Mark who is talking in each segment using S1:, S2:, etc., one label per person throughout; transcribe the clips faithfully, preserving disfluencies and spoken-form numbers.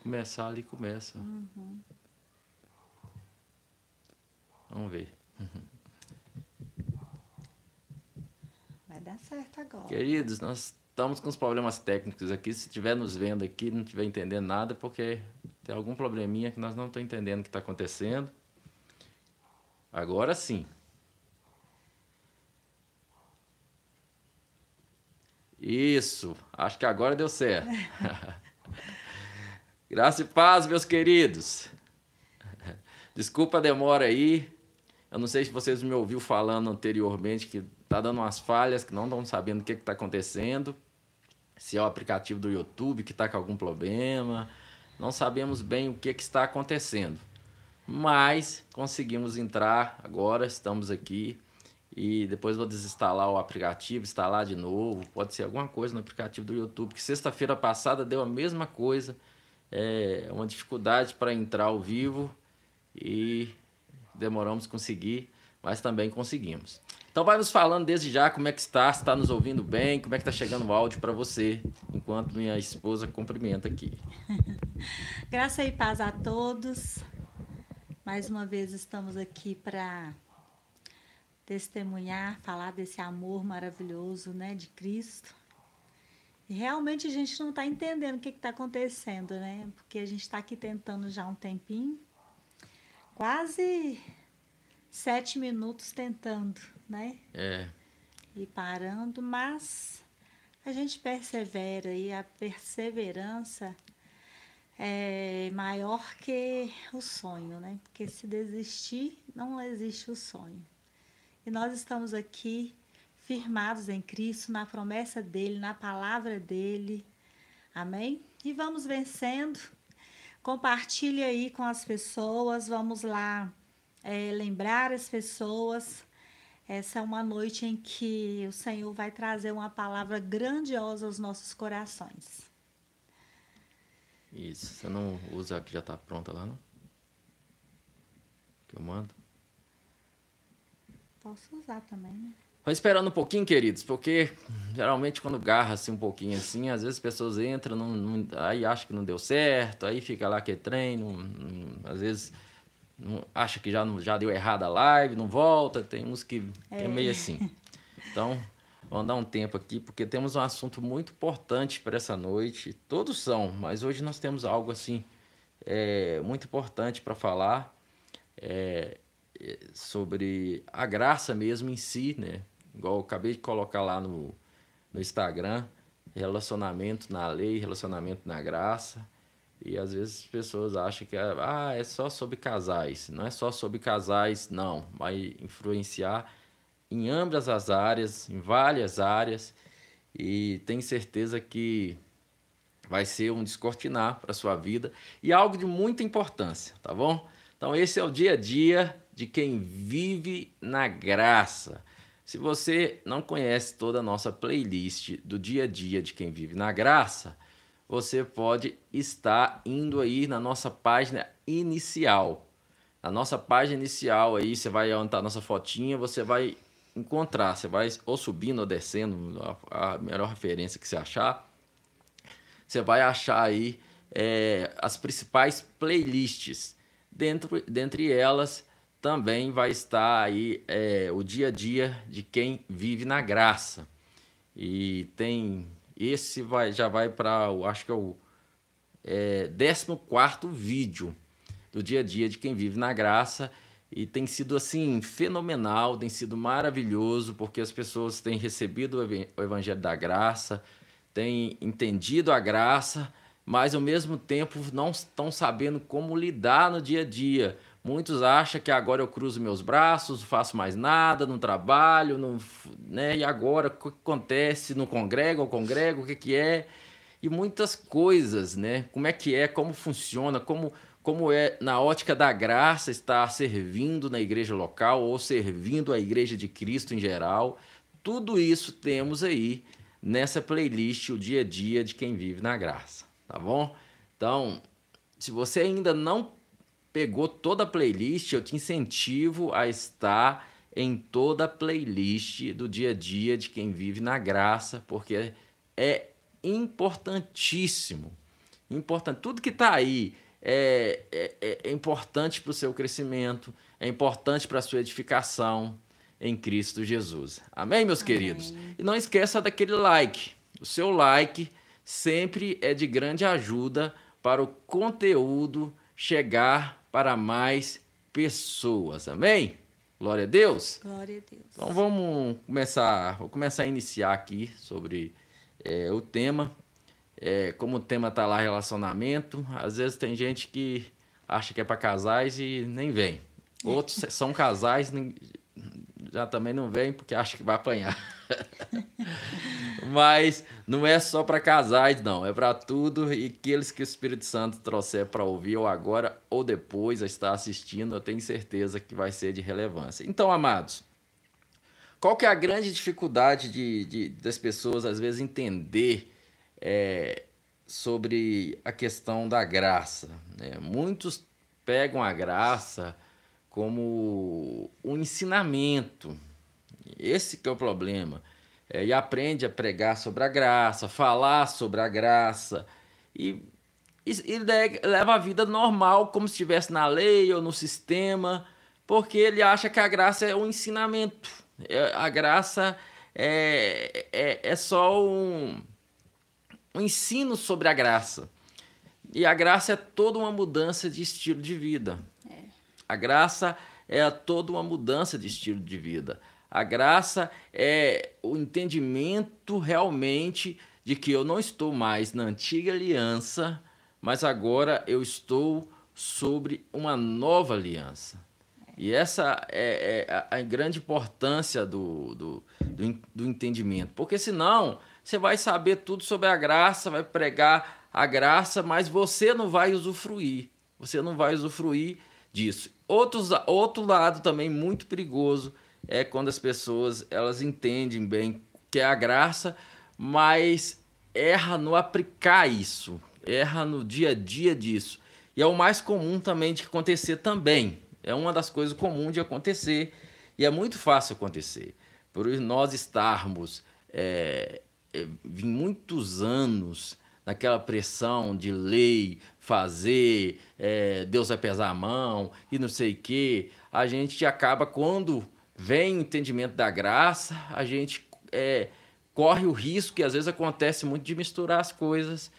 S1: começar ali, começa.
S2: Uhum.
S1: Vamos ver.
S2: Vai dar certo agora.
S1: Queridos, nós estamos com os problemas técnicos aqui. Se estiver nos vendo aqui e não estiver entendendo nada, é porque tem algum probleminha que nós não estamos entendendo o que está acontecendo. Agora sim. Isso. Acho que agora deu certo. Graça e paz, meus queridos. Desculpa a demora aí. Eu não sei se vocês me ouviram falando anteriormente que tá dando umas falhas, que não estão sabendo o que está acontecendo. Se é o aplicativo do YouTube que está com algum problema. Não sabemos bem o que, que está acontecendo. Mas conseguimos entrar agora, estamos aqui. E depois vou desinstalar o aplicativo, instalar de novo. Pode ser alguma coisa no aplicativo do YouTube, que sexta-feira passada deu a mesma coisa. É uma dificuldade para entrar ao vivo e demoramos a conseguir, mas também conseguimos. Então vai nos falando desde já como é que está, se está nos ouvindo bem, como é que está chegando o áudio para você, enquanto minha esposa cumprimenta aqui.
S2: Graça e paz a todos. Mais uma vez estamos aqui para testemunhar, falar desse amor maravilhoso, né, de Cristo. E realmente a gente não está entendendo o que está acontecendo, né? Porque a gente está aqui tentando já há um tempinho, quase sete minutos tentando, né?
S1: É.
S2: E parando, mas a gente persevera e a perseverança é maior que o sonho, né? Porque se desistir, não existe o sonho. E nós estamos aqui firmados em Cristo, na promessa dele, na palavra dele. Amém? E vamos vencendo. Compartilhe aí com as pessoas. Vamos lá é, lembrar as pessoas. Essa é uma noite em que o Senhor vai trazer uma palavra grandiosa aos nossos corações.
S1: Isso. Você não usa a que já está pronta lá, não? Que eu mando?
S2: Posso usar também, né?
S1: Vai esperando um pouquinho, queridos, porque geralmente quando garra assim um pouquinho assim, às vezes as pessoas entram, não, não, aí acham que não deu certo, aí fica lá que é trem, não, não, às vezes não, acha que já, não, já deu errado a live, não volta, tem uns que é, é meio assim. Então, vamos dar um tempo aqui, porque temos um assunto muito importante para essa noite. Todos são, mas hoje nós temos algo assim é, muito importante para falar. É, sobre a graça mesmo em si, né? Igual eu acabei de colocar lá no, no Instagram, relacionamento na lei, relacionamento na graça. E às vezes as pessoas acham que ah, é só sobre casais. Não é só sobre casais, não. Vai influenciar em ambas as áreas, em várias áreas. E tenho certeza que vai ser um descortinar para a sua vida e algo de muita importância, tá bom? Então esse é o dia a dia de quem vive na graça. Se você não conhece toda a nossa playlist do dia a dia de quem vive na graça, você pode estar indo aí na nossa página inicial. Na nossa página inicial aí, você vai onde está a nossa fotinha, você vai encontrar, você vai ou subindo ou descendo, a melhor referência que você achar. Você vai achar aí é, as principais playlists. Dentro, dentre elas também vai estar aí é, o dia a dia de quem vive na graça. E tem esse vai, já vai para, acho que é o é, décimo quarto vídeo do dia a dia de quem vive na graça. E tem sido assim fenomenal, tem sido maravilhoso, porque as pessoas têm recebido o evangelho da graça, têm entendido a graça, mas ao mesmo tempo não estão sabendo como lidar no dia a dia. Muitos acham que agora eu cruzo meus braços, não faço mais nada, não trabalho, não, né? E agora o que acontece? Não congrego, ou congrego, o que, que é? E muitas coisas, né? Como é que é, como funciona, como, como é na ótica da graça estar servindo na igreja local ou servindo a igreja de Cristo em geral. Tudo isso temos aí nessa playlist, o dia a dia de quem vive na graça, tá bom? Então, se você ainda não pegou toda a playlist, eu te incentivo a estar em toda a playlist do dia a dia de quem vive na graça, porque é importantíssimo importante. Tudo que está aí é, é, é importante para o seu crescimento, é importante para a sua edificação em Cristo Jesus. Amém, meus
S2: Amém.
S1: queridos? E não esqueça daquele like. O seu like sempre é de grande ajuda para o conteúdo chegar para mais pessoas. Amém? Glória a Deus.
S2: Glória a Deus.
S1: Então vamos começar, vou começar a iniciar aqui sobre é, o tema. É, como o tema está lá relacionamento, às vezes tem gente que acha que é para casais e nem vem. Outros são casais, já também não vem porque acha que vai apanhar. Mas não é só para casais, não. É para tudo, e aqueles que o Espírito Santo trouxer para ouvir, ou agora ou depois a estar assistindo, eu tenho certeza que vai ser de relevância. Então, amados, qual que é a grande dificuldade de, de, das pessoas, às vezes, entender é, sobre a questão da graça, né? Muitos pegam a graça como um ensinamento. Esse que é o problema. É, e aprende a pregar sobre a graça, falar sobre a graça, e, e, e leva a vida normal, como se estivesse na lei ou no sistema, porque ele acha que a graça é um ensinamento. É, a graça é, é, é só um, um ensino sobre a graça. E a graça é toda uma mudança de estilo de vida. É. A graça é toda uma mudança de estilo de vida. A graça é o entendimento realmente de que eu não estou mais na antiga aliança, mas agora eu estou sobre uma nova aliança. E essa é, é a grande importância do, do, do, do entendimento. Porque senão você vai saber tudo sobre a graça, vai pregar a graça, mas você não vai usufruir. Você não vai usufruir disso. Outros, outro lado também muito perigoso é quando as pessoas elas entendem bem que é a graça, mas erra no aplicar isso, erra no dia a dia disso. E é o mais comum também de acontecer também. É uma das coisas comuns de acontecer e é muito fácil acontecer. Por nós estarmos é, é, em muitos anos naquela pressão de lei, fazer, é, Deus vai pesar a mão e não sei o quê, a gente acaba, quando vem o entendimento da graça, a gente é, corre o risco, que às vezes acontece muito, de misturar as coisas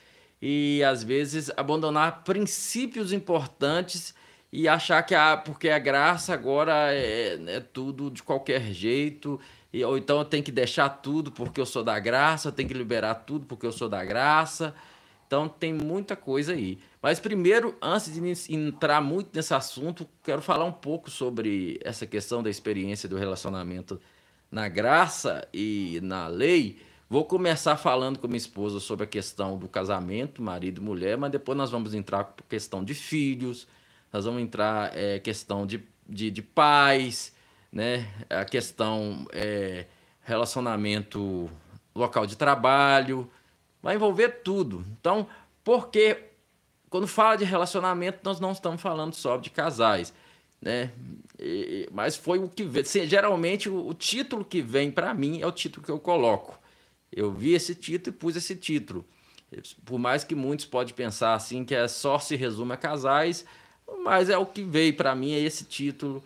S1: e às vezes abandonar princípios importantes e achar que a, porque a graça agora é, é tudo de qualquer jeito, e, ou então eu tenho que deixar tudo porque eu sou da graça, eu tenho que liberar tudo porque eu sou da graça. Então tem muita coisa aí. Mas primeiro, antes de entrar muito nesse assunto, quero falar um pouco sobre essa questão da experiência do relacionamento na graça e na lei. Vou começar falando com minha esposa sobre a questão do casamento, marido e mulher, mas depois nós vamos entrar com a questão de filhos, nós vamos entrar é, questão de, de, de pais, né? A questão é, relacionamento local de trabalho, vai envolver tudo. Então, porque quando fala de relacionamento, nós não estamos falando só de casais, né? E, mas foi o que veio. Geralmente, o, o título que vem para mim é o título que eu coloco. Eu vi esse título e pus esse título. Por mais que muitos podem pensar assim, que é só se resume a casais, mas é o que veio para mim, é esse título.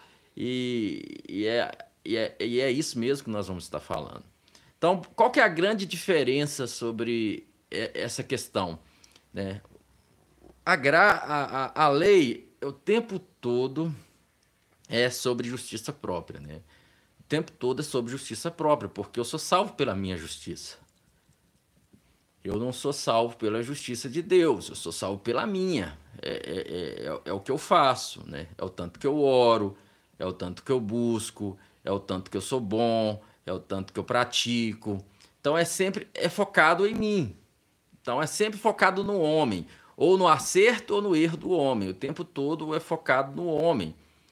S1: E, e, é, e, é, e é isso mesmo que nós vamos estar falando. Então, qual que é a grande diferença sobre essa questão, né? A, gra, a, a, a lei, o tempo todo, é sobre justiça própria, né? O tempo todo é sobre justiça própria, porque eu sou salvo pela minha justiça. Eu não sou salvo pela justiça de Deus, eu sou salvo pela minha. É, é, é, é o que eu faço, né? É o tanto que eu oro, é o tanto que eu busco, é o tanto que eu sou bom, é o tanto que eu pratico. Então é sempre é focado em mim. Então é sempre focado no homem, ou no acerto ou no erro do homem. O tempo todo é focado no homem.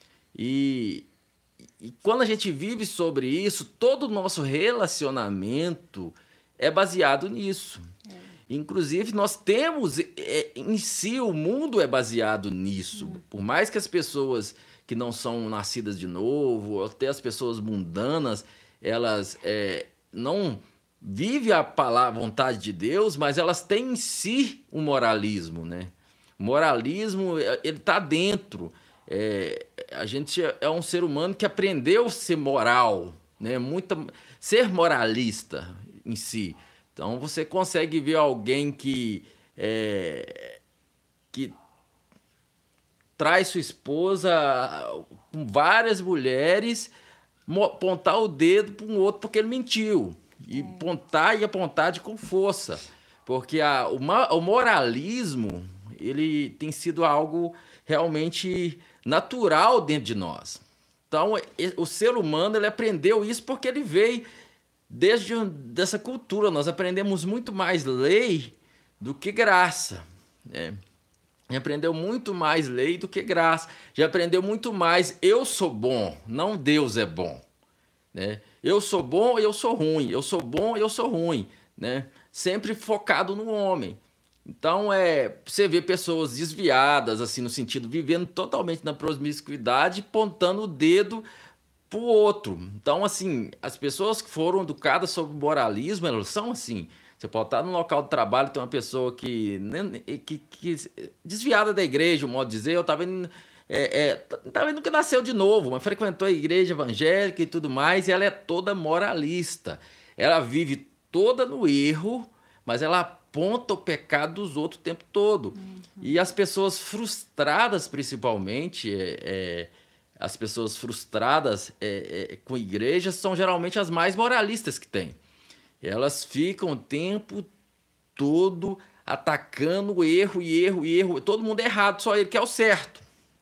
S1: E, e quando a gente vive sobre isso, todo o nosso relacionamento é baseado nisso. É. Inclusive, nós temos, é, em si, o mundo é baseado nisso. Hum. Por mais que as pessoas que não são nascidas de novo, ou até as pessoas mundanas, elas é, não vivem a palavra, a vontade de Deus, mas elas têm em si um moralismo, né? O moralismo, ele está dentro. É, a gente é um ser humano que aprendeu a ser moral, né? Muita, ser moralista em si. Então, você consegue ver alguém que, é, que traz sua esposa com várias mulheres, apontar o dedo para um outro porque ele mentiu. E é. apontar e apontar de com força. Porque a, o, o moralismo, ele tem sido algo realmente natural dentro de nós. Então, o ser humano, ele aprendeu isso porque ele veio desde dessa cultura. Nós aprendemos muito mais lei do que graça, né? Já aprendeu muito mais lei do que graça. Já aprendeu muito mais eu sou bom, não Deus é bom, né? Eu sou bom, eu sou ruim. Eu sou bom, eu sou ruim, né? Sempre focado no homem. Então, é, você vê pessoas desviadas, assim, no sentido, vivendo totalmente na promiscuidade, apontando o dedo pro outro. Então, assim, as pessoas que foram educadas sobre moralismo, elas são assim. Você pode estar no local de trabalho, tem uma pessoa que, que, que desviada da igreja, o modo de dizer, eu estava vendo, é, é, tá vendo que nasceu de novo, mas frequentou a igreja evangélica e tudo mais, e ela é toda moralista. Ela vive toda no erro, mas ela aponta o pecado dos outros o tempo todo. Uhum. E as pessoas frustradas, principalmente, é, é, as pessoas frustradas é, é, com igrejas são geralmente as mais moralistas que tem. Elas ficam o tempo todo atacando erro e erro e erro. Todo mundo é errado, só ele que é o certo.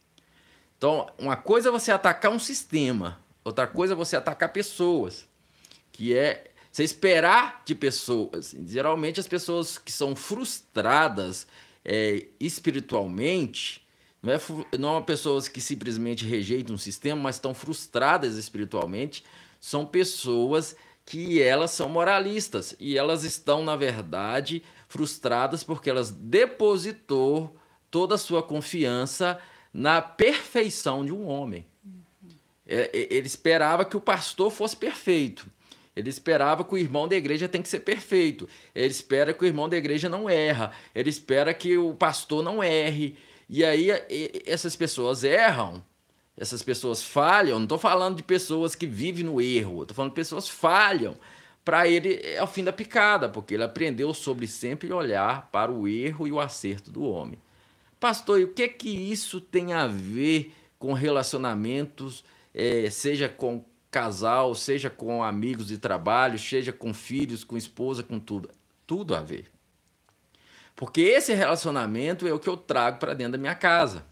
S1: Então, uma coisa é você atacar um sistema, outra coisa é você atacar pessoas, que é você esperar de pessoas. Geralmente, as pessoas que são frustradas é, espiritualmente, não é, não é pessoas que simplesmente rejeitam um sistema, mas estão frustradas espiritualmente, são pessoas que elas são moralistas e elas estão, na verdade, frustradas porque elas depositou toda a sua confiança na perfeição de um homem. Uhum. É, ele esperava que o pastor fosse perfeito. Ele esperava que o irmão da igreja tem que ser perfeito. Ele espera que o irmão da igreja não erra. Ele espera que o pastor não erre. E aí essas pessoas erram. Essas pessoas falham, não estou falando de pessoas que vivem no erro, estou falando de pessoas que falham. Para ele é o fim da picada, porque ele aprendeu sobre sempre olhar para o erro e o acerto do homem. Pastor, e o que que isso tem a ver com relacionamentos, é, seja com casal, seja com amigos de trabalho, seja com filhos, com esposa, com tudo? Tudo a ver. Porque esse relacionamento é o que eu trago para dentro da minha casa.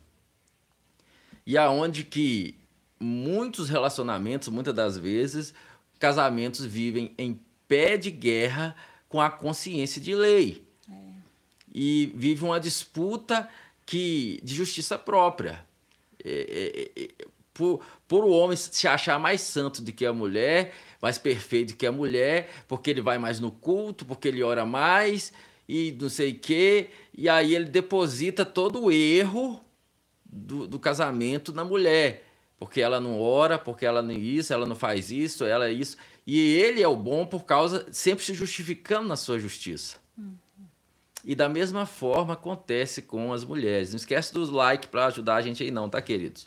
S1: E aonde que muitos relacionamentos, muitas das vezes, casamentos vivem em pé de guerra com a consciência de lei. É. E vive uma disputa que, de justiça própria. É, é, é, por, por o homem se achar mais santo do que a mulher, mais perfeito do que a mulher, porque ele vai mais no culto, porque ele ora mais, e não sei o quê. E aí ele deposita todo o erro Do, do casamento na mulher, porque ela não ora, porque ela não isso, ela não faz isso, ela é isso, e ele é o bom por causa, sempre se justificando na sua justiça. Uhum. E da mesma forma acontece com as mulheres. Não esquece dos likes para ajudar a gente aí não, tá, queridos?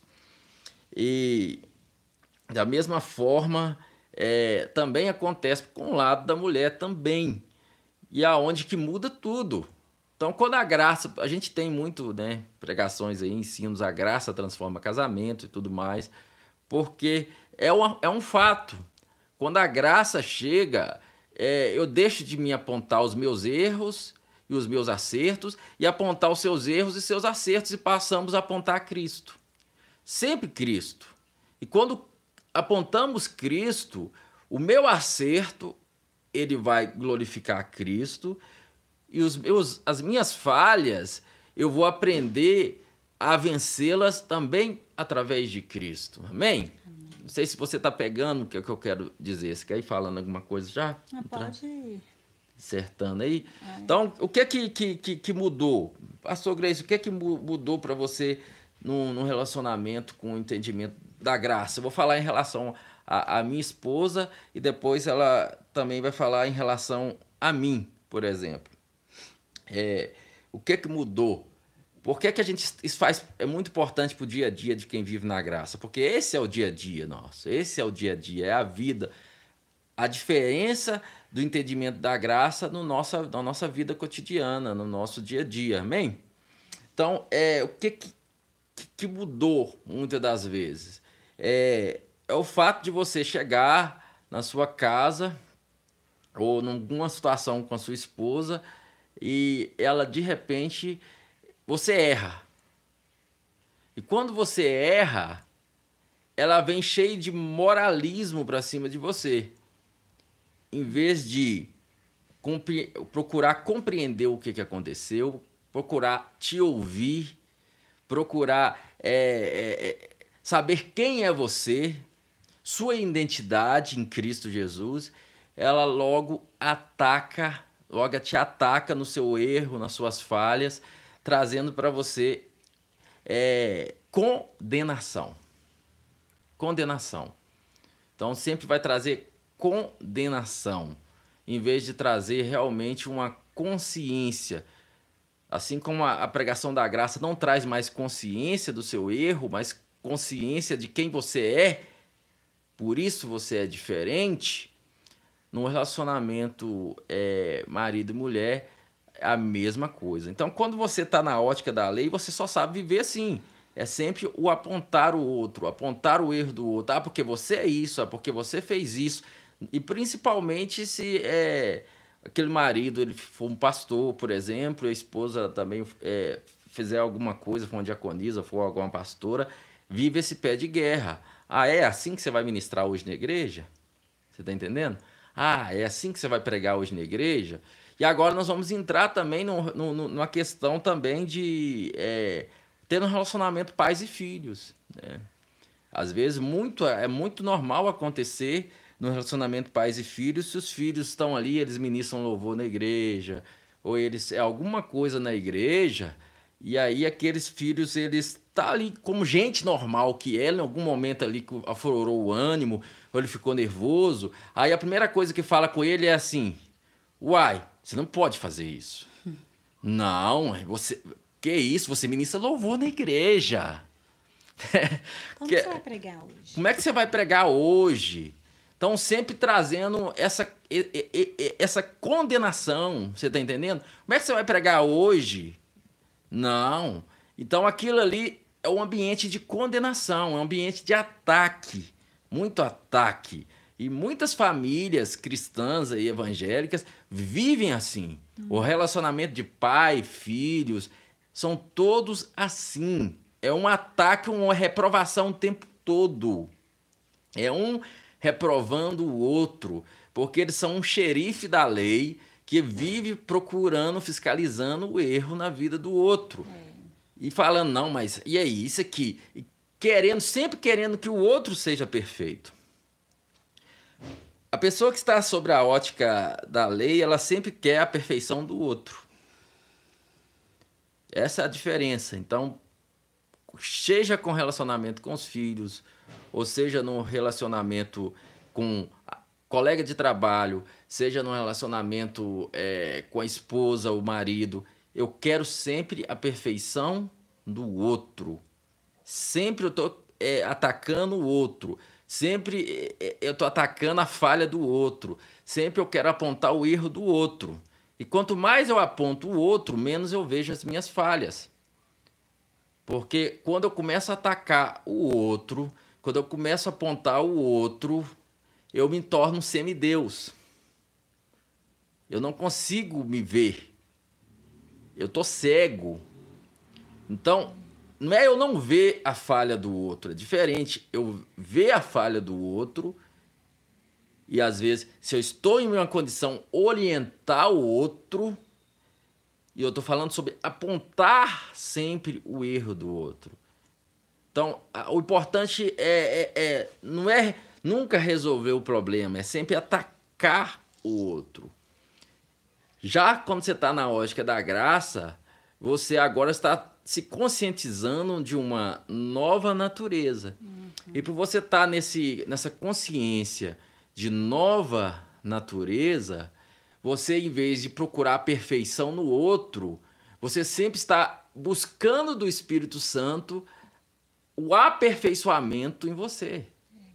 S1: E da mesma forma é, também acontece com o lado da mulher também, e aonde que muda tudo. Então, quando a graça, a gente tem muito, né, pregações aí, ensinos, a graça transforma casamento e tudo mais, porque é, uma, é um fato. Quando a graça chega, é, eu deixo de me apontar os meus erros e os meus acertos e apontar os seus erros e seus acertos e passamos a apontar Cristo. Sempre Cristo. E quando apontamos Cristo, o meu acerto, ele vai glorificar Cristo. E os meus, as minhas falhas, eu vou aprender a vencê-las também através de Cristo. Amém? Amém. Não sei se você está pegando o que, que eu quero dizer. Você quer ir falando alguma coisa já?
S2: Ah, pode ir.
S1: Acertando aí. É. Então, o que que, que, que, que mudou? Pastor Grace, o que que mudou para você num, num relacionamento com o entendimento da graça? Eu vou falar em relação a, a minha esposa e depois ela também vai falar em relação a mim, por exemplo. É, o que que mudou? Por que que a gente isso faz é muito importante para o dia a dia de quem vive na graça? Porque esse é o dia a dia nosso, esse é o dia a dia, é a vida, a diferença do entendimento da graça no nossa, na nossa vida cotidiana, no nosso dia a dia, amém? Então, é, o que, que, que mudou muitas das vezes? É, é o fato de você chegar na sua casa ou em alguma situação com a sua esposa e ela, de repente, você erra. E quando você erra, ela vem cheia de moralismo para cima de você. Em vez de compre- procurar compreender o que, que aconteceu, procurar te ouvir, procurar é, é, é, saber quem é você, sua identidade em Cristo Jesus, ela logo ataca, logo te ataca no seu erro, nas suas falhas, trazendo para você é, condenação. Condenação. Então sempre vai trazer condenação, em vez de trazer realmente uma consciência. Assim como a, a pregação da graça não traz mais consciência do seu erro, mas consciência de quem você é, por isso você é diferente, no relacionamento é, marido e mulher, é a mesma coisa. Então, quando você está na ótica da lei, você só sabe viver assim. É sempre o apontar o outro, apontar o erro do outro. Ah, porque você é isso, ah, porque você fez isso. E principalmente se é, aquele marido ele for um pastor, por exemplo, e a esposa também é, fizer alguma coisa, for uma diaconisa, for alguma pastora, vive esse pé de guerra. Ah, é assim que você vai ministrar hoje na igreja? Você está entendendo? Ah, é assim que você vai pregar hoje na igreja? E agora nós vamos entrar também no, no, numa questão também de é, ter um relacionamento pais e filhos, né? Às vezes muito, é muito normal acontecer no relacionamento pais e filhos, se os filhos estão ali, eles ministram louvor na igreja, ou eles é alguma coisa na igreja, e aí aqueles filhos, eles tá ali como gente normal que é, em algum momento ali que aflorou o ânimo, ou ele ficou nervoso, aí a primeira coisa que fala com ele é assim: uai, você não pode fazer isso. Não, você, que isso, você ministra louvor na igreja.
S2: Como
S1: Que-
S2: você vai pregar hoje?
S1: Como é que você vai pregar hoje? Então, sempre trazendo essa, e- e- e- essa condenação, você está entendendo? Como é que você vai pregar hoje? Não. Então, aquilo ali é um ambiente de condenação, é um ambiente de ataque, muito ataque. E muitas famílias cristãs e evangélicas vivem assim. O relacionamento de pai, filhos, são todos assim. É um ataque, uma reprovação o tempo todo. É um reprovando o outro, porque eles são um xerife da lei que vive procurando, fiscalizando o erro na vida do outro. E falando, não, mas e aí, isso aqui? E querendo, sempre querendo que o outro seja perfeito. A pessoa que está sobre a ótica da lei, ela sempre quer a perfeição do outro. Essa é a diferença. Então, seja com relacionamento com os filhos, ou seja no relacionamento com a colega de trabalho, seja no relacionamento é, com a esposa, o marido, eu quero sempre a perfeição do outro. Sempre eu estou atacando o outro. Sempre é, é, eu estou atacando a falha do outro. Sempre eu quero apontar o erro do outro. E quanto mais eu aponto o outro, menos eu vejo as minhas falhas. Porque quando eu começo a atacar o outro, quando eu começo a apontar o outro, eu me torno um semideus. Eu não consigo me ver. Eu tô cego. Então, não é eu não ver a falha do outro, é diferente. Eu ver a falha do outro e, às vezes, se eu estou em uma condição orientar o outro, e eu estou falando sobre apontar sempre o erro do outro. Então, a- o importante é, é- é- não é nunca resolver o problema, é sempre atacar o outro. Já quando você está na ótica da graça, você agora está se conscientizando de uma nova natureza. E por você estar nesse, nessa consciência de nova natureza, você, em vez de procurar a perfeição no outro, você sempre está buscando do Espírito Santo o aperfeiçoamento em você.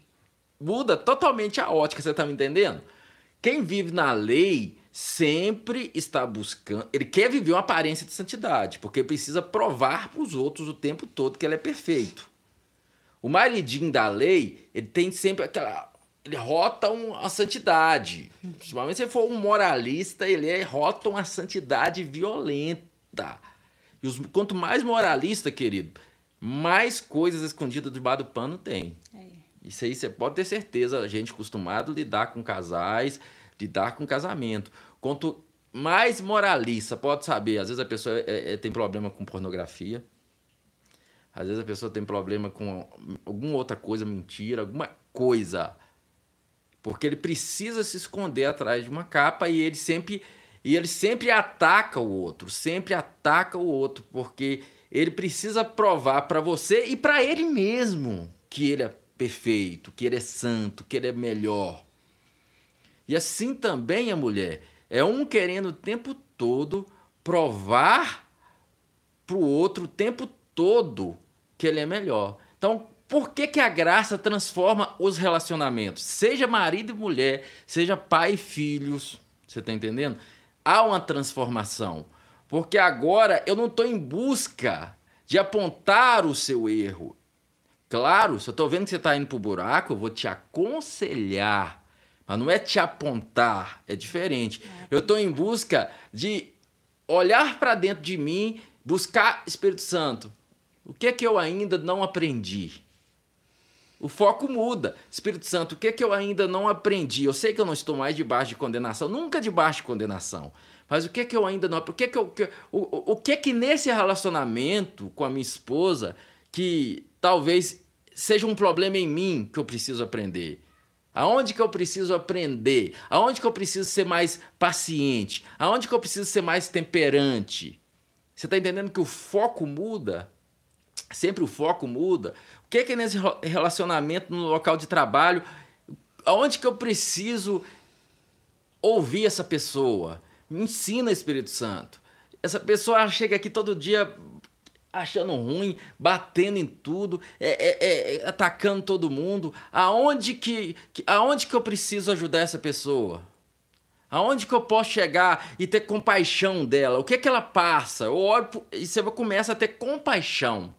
S1: Muda totalmente a ótica, você está me entendendo? Quem vive na lei sempre está buscando... Ele quer viver uma aparência de santidade, porque precisa provar para os outros o tempo todo que ele é perfeito. O maridinho da lei, ele tem sempre aquela... Ele rota uma santidade. Principalmente se ele for um moralista, ele é, rota uma santidade violenta. E os, quanto mais moralista, querido, mais coisas escondidas debaixo do pano tem. É. Isso aí você pode ter certeza, a gente acostumado a lidar com casais, lidar com casamento. Quanto mais moralista, pode saber, às vezes a pessoa é, é, tem problema com pornografia, às vezes a pessoa tem problema com alguma outra coisa, mentira, alguma coisa. Porque ele precisa se esconder atrás de uma capa e ele sempre, e ele sempre ataca o outro, sempre ataca o outro, porque ele precisa provar para você e para ele mesmo que ele é perfeito, que ele é santo, que ele é melhor. E assim também a mulher. É um querendo o tempo todo provar para o outro o tempo todo que ele é melhor. Então, por que que a graça transforma os relacionamentos? Seja marido e mulher, seja pai e filhos, você está entendendo? Há uma transformação. Porque agora eu não estou em busca de apontar o seu erro. Claro, se eu estou vendo que você está indo para o buraco, eu vou te aconselhar. Mas não é te apontar, é diferente. Eu estou em busca de olhar para dentro de mim, buscar Espírito Santo. O que é que eu ainda não aprendi? O foco muda. Espírito Santo, o que é que eu ainda não aprendi? Eu sei que eu não estou mais debaixo de condenação, nunca debaixo de condenação. Mas o que é que eu ainda não... O que é que, eu, o, o que, é que nesse relacionamento com a minha esposa, que talvez seja um problema em mim que eu preciso aprender? Aonde que eu preciso aprender? Aonde que eu preciso ser mais paciente? Aonde que eu preciso ser mais temperante? Você está entendendo que o foco muda? Sempre o foco muda. O que é que é nesse relacionamento, no local de trabalho? Aonde que eu preciso ouvir essa pessoa? Me ensina, Espírito Santo. Essa pessoa chega aqui todo dia achando ruim, batendo em tudo, é, é, é, atacando todo mundo. Aonde que, que, aonde que eu preciso ajudar essa pessoa? Aonde que eu posso chegar e ter compaixão dela? O que é que ela passa? Eu olho e você começa a ter compaixão.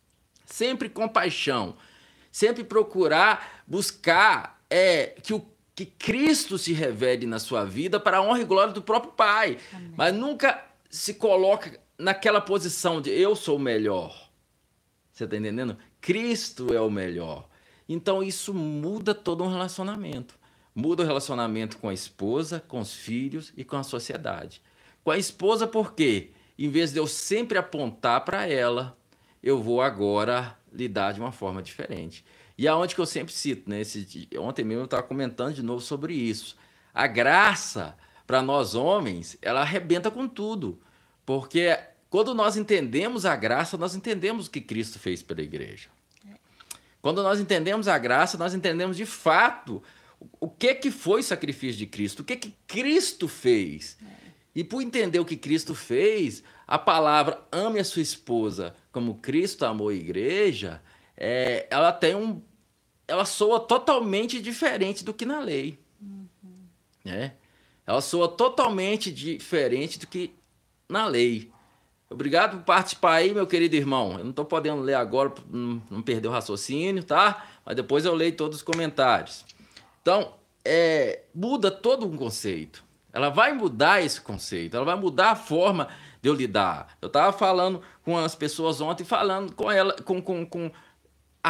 S1: Sempre compaixão. Sempre procurar buscar é, que, o, que Cristo se revele na sua vida para a honra e glória do próprio Pai. Amém. Mas nunca se coloca naquela posição de eu sou o melhor. Você está entendendo? Cristo é o melhor. Então isso muda todo um relacionamento. Muda o relacionamento com a esposa, com os filhos e com a sociedade. Com a esposa, por quê? Em vez de eu sempre apontar para ela, eu vou agora lidar de uma forma diferente. E aonde que eu sempre cito, né? Esse, ontem mesmo eu estava comentando de novo sobre isso. A graça, para nós homens, ela arrebenta com tudo. Porque quando nós entendemos a graça, nós entendemos o que Cristo fez pela igreja. Quando nós entendemos a graça, nós entendemos de fato o que, que foi o sacrifício de Cristo, o que, que Cristo fez. E por entender o que Cristo fez, a palavra ame a sua esposa como Cristo amou a igreja, é, ela tem um, ela soa totalmente diferente do que na lei. Uhum. Né? Ela soa totalmente diferente do que na lei. Obrigado por participar aí, meu querido irmão. Eu não estou podendo ler agora, não, não perder o raciocínio, tá? Mas depois eu leio todos os comentários. Então, é, muda todo um conceito. Ela vai mudar esse conceito, ela vai mudar a forma de eu lidar. Eu estava falando com as pessoas ontem, falando com ela, com, com, com a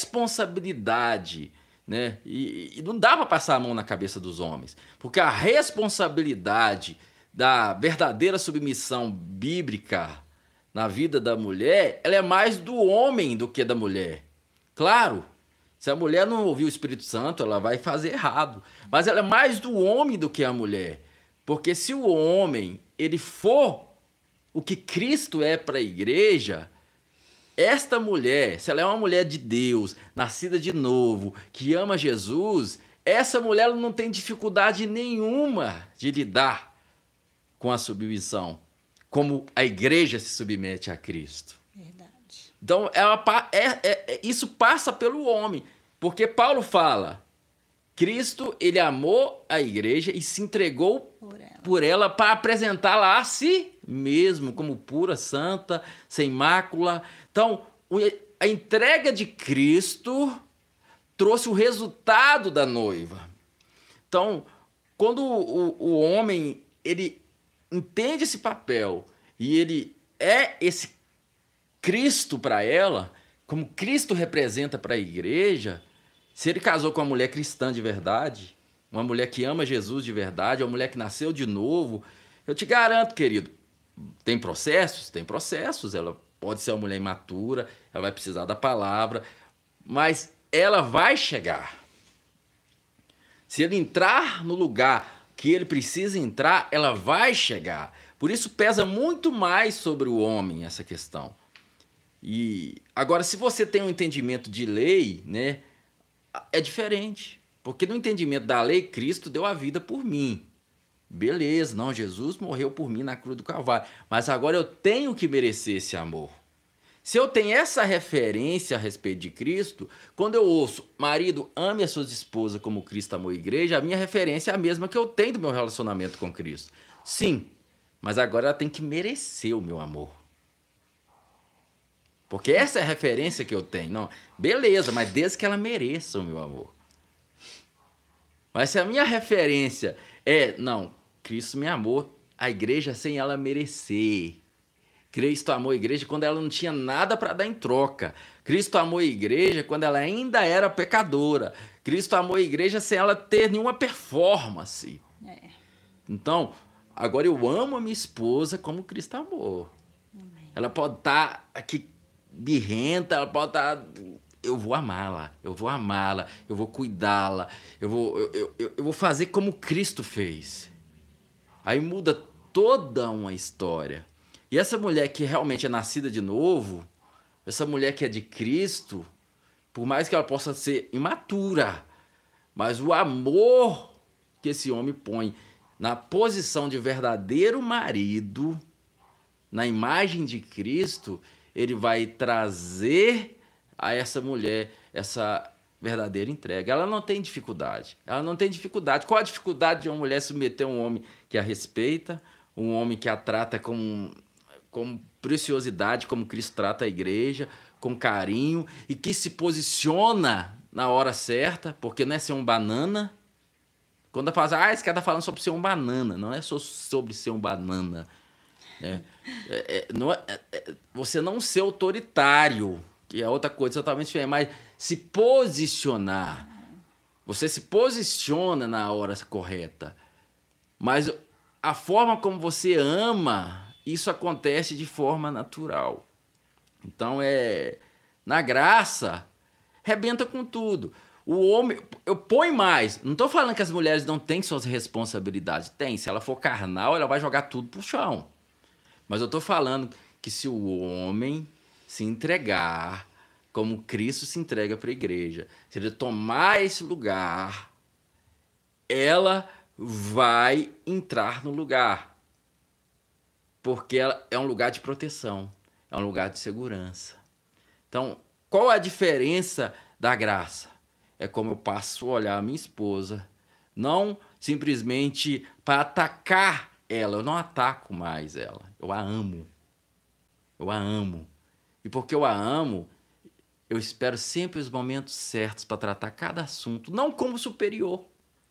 S1: responsabilidade, né? E, e não dá para passar a mão na cabeça dos homens, porque a responsabilidade da verdadeira submissão bíblica na vida da mulher, ela é mais do homem do que da mulher. Claro, se a mulher não ouvir o Espírito Santo, ela vai fazer errado. Mas ela é mais do homem do que a mulher. Porque se o homem ele for o que Cristo é para a igreja, esta mulher, se ela é uma mulher de Deus, nascida de novo, que ama Jesus, essa mulher não tem dificuldade nenhuma de lidar com a submissão, como a igreja se submete a Cristo.
S2: Verdade.
S1: Então, ela, é, é, é, isso passa pelo homem, porque Paulo fala, Cristo, ele amou a igreja e se entregou por ela, por ela para apresentá-la a si mesmo, como pura, santa, sem mácula. Então, a entrega de Cristo trouxe o resultado da noiva. Então, quando o, o homem ele entende esse papel e ele é esse Cristo para ela, como Cristo representa para a igreja, se ele casou com uma mulher cristã de verdade, uma mulher que ama Jesus de verdade, uma mulher que nasceu de novo, eu te garanto, querido, tem processos? Tem processos. Ela pode ser uma mulher imatura, ela vai precisar da palavra, mas ela vai chegar. Se ele entrar no lugar que ele precisa entrar, ela vai chegar. Por isso pesa muito mais sobre o homem essa questão. E agora, se você tem um entendimento de lei, né, é diferente. Porque no entendimento da lei, Cristo deu a vida por mim. Beleza, não, Jesus morreu por mim na cruz do Calvário. Mas agora eu tenho que merecer esse amor. Se eu tenho essa referência a respeito de Cristo, quando eu ouço, marido, ame as suas esposas como Cristo amou a igreja, a minha referência é a mesma que eu tenho do meu relacionamento com Cristo. Sim, mas agora ela tem que merecer o meu amor. Porque essa é a referência que eu tenho. Não, beleza, mas desde que ela mereça o meu amor. Mas se a minha referência é, não, Cristo me amou, a igreja sem ela merecer. Cristo amou a igreja quando ela não tinha nada para dar em troca. Cristo amou a igreja quando ela ainda era pecadora. Cristo amou a igreja sem ela ter nenhuma performance. É. Então, agora eu amo a minha esposa como Cristo amou. Amém. Ela pode estar aqui birrenta, ela pode estar... Eu vou amá-la, eu vou amá-la, eu vou cuidá-la, eu vou, eu, eu, eu vou fazer como Cristo fez. Aí muda toda uma história. E essa mulher que realmente é nascida de novo, essa mulher que é de Cristo, por mais que ela possa ser imatura, mas o amor que esse homem põe na posição de verdadeiro marido, na imagem de Cristo, ele vai trazer a essa mulher essa verdadeira entrega. Ela não tem dificuldade. Ela não tem dificuldade. Qual a dificuldade de uma mulher submeter um homem que a respeita, um homem que a trata com, com preciosidade, como Cristo trata a igreja, com carinho, e que se posiciona na hora certa, porque não é ser um banana. Quando ela fala, ah, esse cara está falando sobre ser um banana. Não é só sobre ser um banana. É, é, é, não é, é, você não ser autoritário, que é outra coisa totalmente diferente, mas se posicionar. Você se posiciona na hora correta. Mas a forma como você ama, isso acontece de forma natural. Então, é na graça, rebenta com tudo. O homem, eu ponho mais. Não estou falando que as mulheres não têm suas responsabilidades. Tem. Se ela for carnal, ela vai jogar tudo pro chão. Mas eu estou falando que se o homem se entregar como Cristo se entrega para a igreja, se ele tomar esse lugar, ela vai entrar no lugar. Porque ela é um lugar de proteção, é um lugar de segurança. Então, qual a diferença da graça? É como eu passo a olhar a minha esposa, não simplesmente para atacar ela, eu não ataco mais ela, eu a amo. Eu a amo. E porque eu a amo, eu espero sempre os momentos certos para tratar cada assunto, não como superior,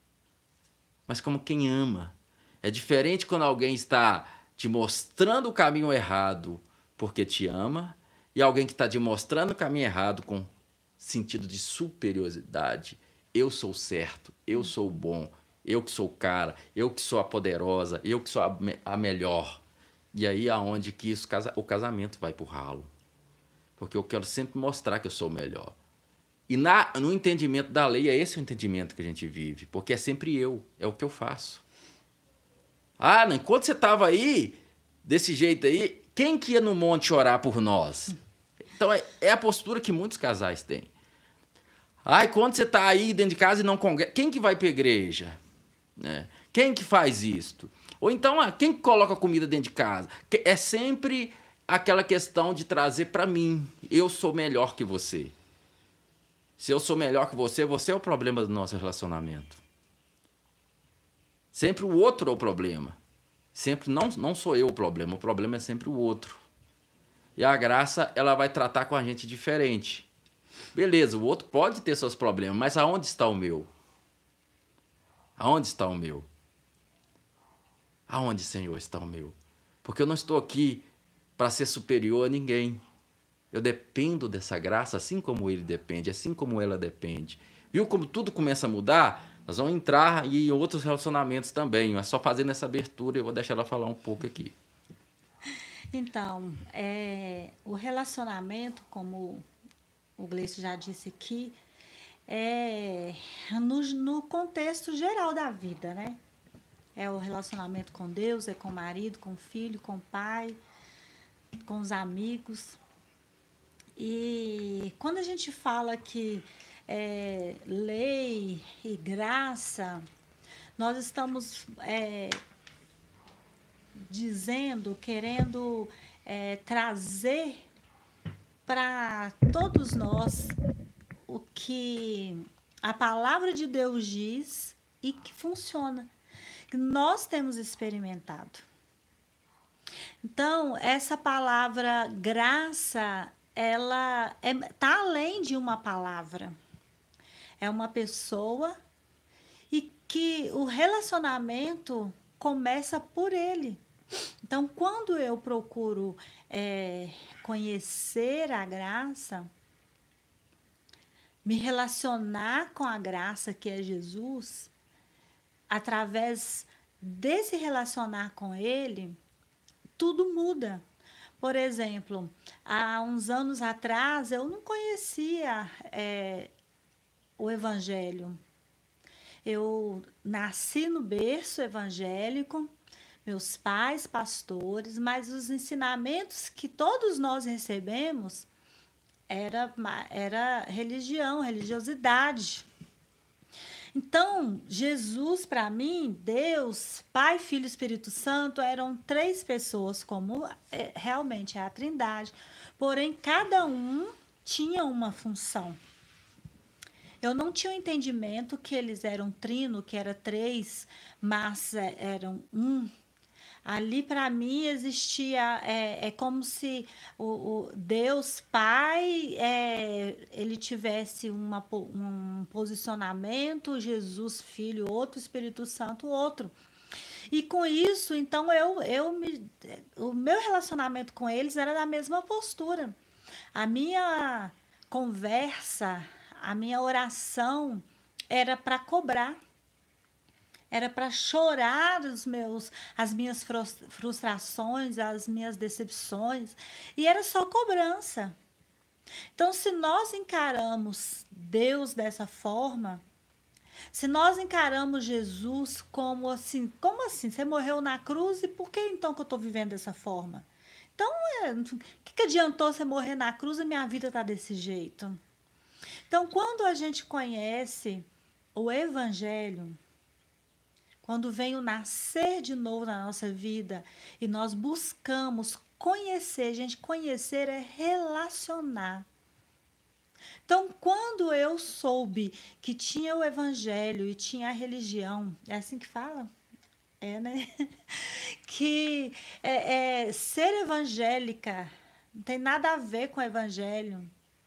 S1: mas como quem ama. É diferente quando alguém está te mostrando o caminho errado porque te ama, e alguém que está te mostrando o caminho errado com sentido de superioridade. Eu sou certo, eu sou bom, eu que sou o cara, eu que sou a poderosa, eu que sou a, me- a melhor. E aí é onde que isso, o casamento vai pro ralo. Porque eu quero sempre mostrar que eu sou o melhor. E na, no entendimento da lei, é esse o entendimento que a gente vive. Porque é sempre eu, é o que eu faço. Ah, não, enquanto você estava aí, desse jeito aí, quem que ia no monte orar por nós? Então, é, é a postura que muitos casais têm. Ai, quando você está aí dentro de casa e não congrega, quem que vai para a igreja? Né? Quem que faz isto? Ou então, ah, quem que coloca comida dentro de casa? É sempre aquela questão de trazer para mim. Eu sou melhor que você. Se eu sou melhor que você, você é o problema do nosso relacionamento. Sempre o outro é o problema. Sempre não, não sou eu o problema, o problema é sempre o outro. E a graça, ela vai tratar com a gente diferente. Beleza, o outro pode ter seus problemas, mas aonde está o meu? Aonde está o meu? Aonde, Senhor, está o meu? Porque eu não estou aqui para ser superior a ninguém. Eu dependo dessa graça, assim como ele depende, assim como ela depende. Viu como tudo começa a mudar? Nós vamos entrar em outros relacionamentos também, mas só fazendo essa abertura, eu vou deixar ela falar um pouco aqui.
S2: Então, é, o relacionamento, como o Gleice já disse aqui, é no, no contexto geral da vida, né? É o relacionamento com Deus, é com o marido, com o filho, com o pai, com os amigos. E quando a gente fala que é, lei e graça, nós estamos é, dizendo, querendo é, trazer para todos nós o que a palavra de Deus diz e que funciona, que nós temos experimentado. Então, essa palavra graça, ela está é, além de uma palavra. É uma pessoa e que o relacionamento começa por ele. Então, quando eu procuro é, conhecer a graça, me relacionar com a graça que é Jesus, através desse relacionar com ele, tudo muda. Por exemplo, há uns anos atrás, eu não conhecia é, o Evangelho. Eu nasci no berço evangélico, meus pais pastores, mas os ensinamentos que todos nós recebemos era, era religião, religiosidade. Então, Jesus, para mim, Deus, Pai, Filho e Espírito Santo, eram três pessoas, como é, realmente é a Trindade. Porém, cada um tinha uma função. Eu não tinha o entendimento que eles eram trino, que era três, mas é, eram um. Ali, para mim, existia, é, é como se o, o Deus Pai, é, ele tivesse uma, um posicionamento, Jesus Filho, outro, Espírito Santo, outro. E com isso, então, eu, eu me, o meu relacionamento com eles era da mesma postura. A minha conversa, a minha oração era para cobrar. Era para chorar os meus, as minhas frustrações, as minhas decepções. E era só cobrança. Então, se nós encaramos Deus dessa forma, se nós encaramos Jesus como assim, como assim? Você morreu na cruz e por que então que eu estou vivendo dessa forma? Então, é, o que, que adiantou você morrer na cruz e minha vida está desse jeito? Então, quando a gente conhece o Evangelho, quando vem o nascer de novo na nossa vida e nós buscamos conhecer, gente, conhecer é relacionar. Então, quando eu soube que tinha o evangelho e tinha a religião, é assim que fala? É, né? Que é, é, ser evangélica não tem nada a ver com o evangelho.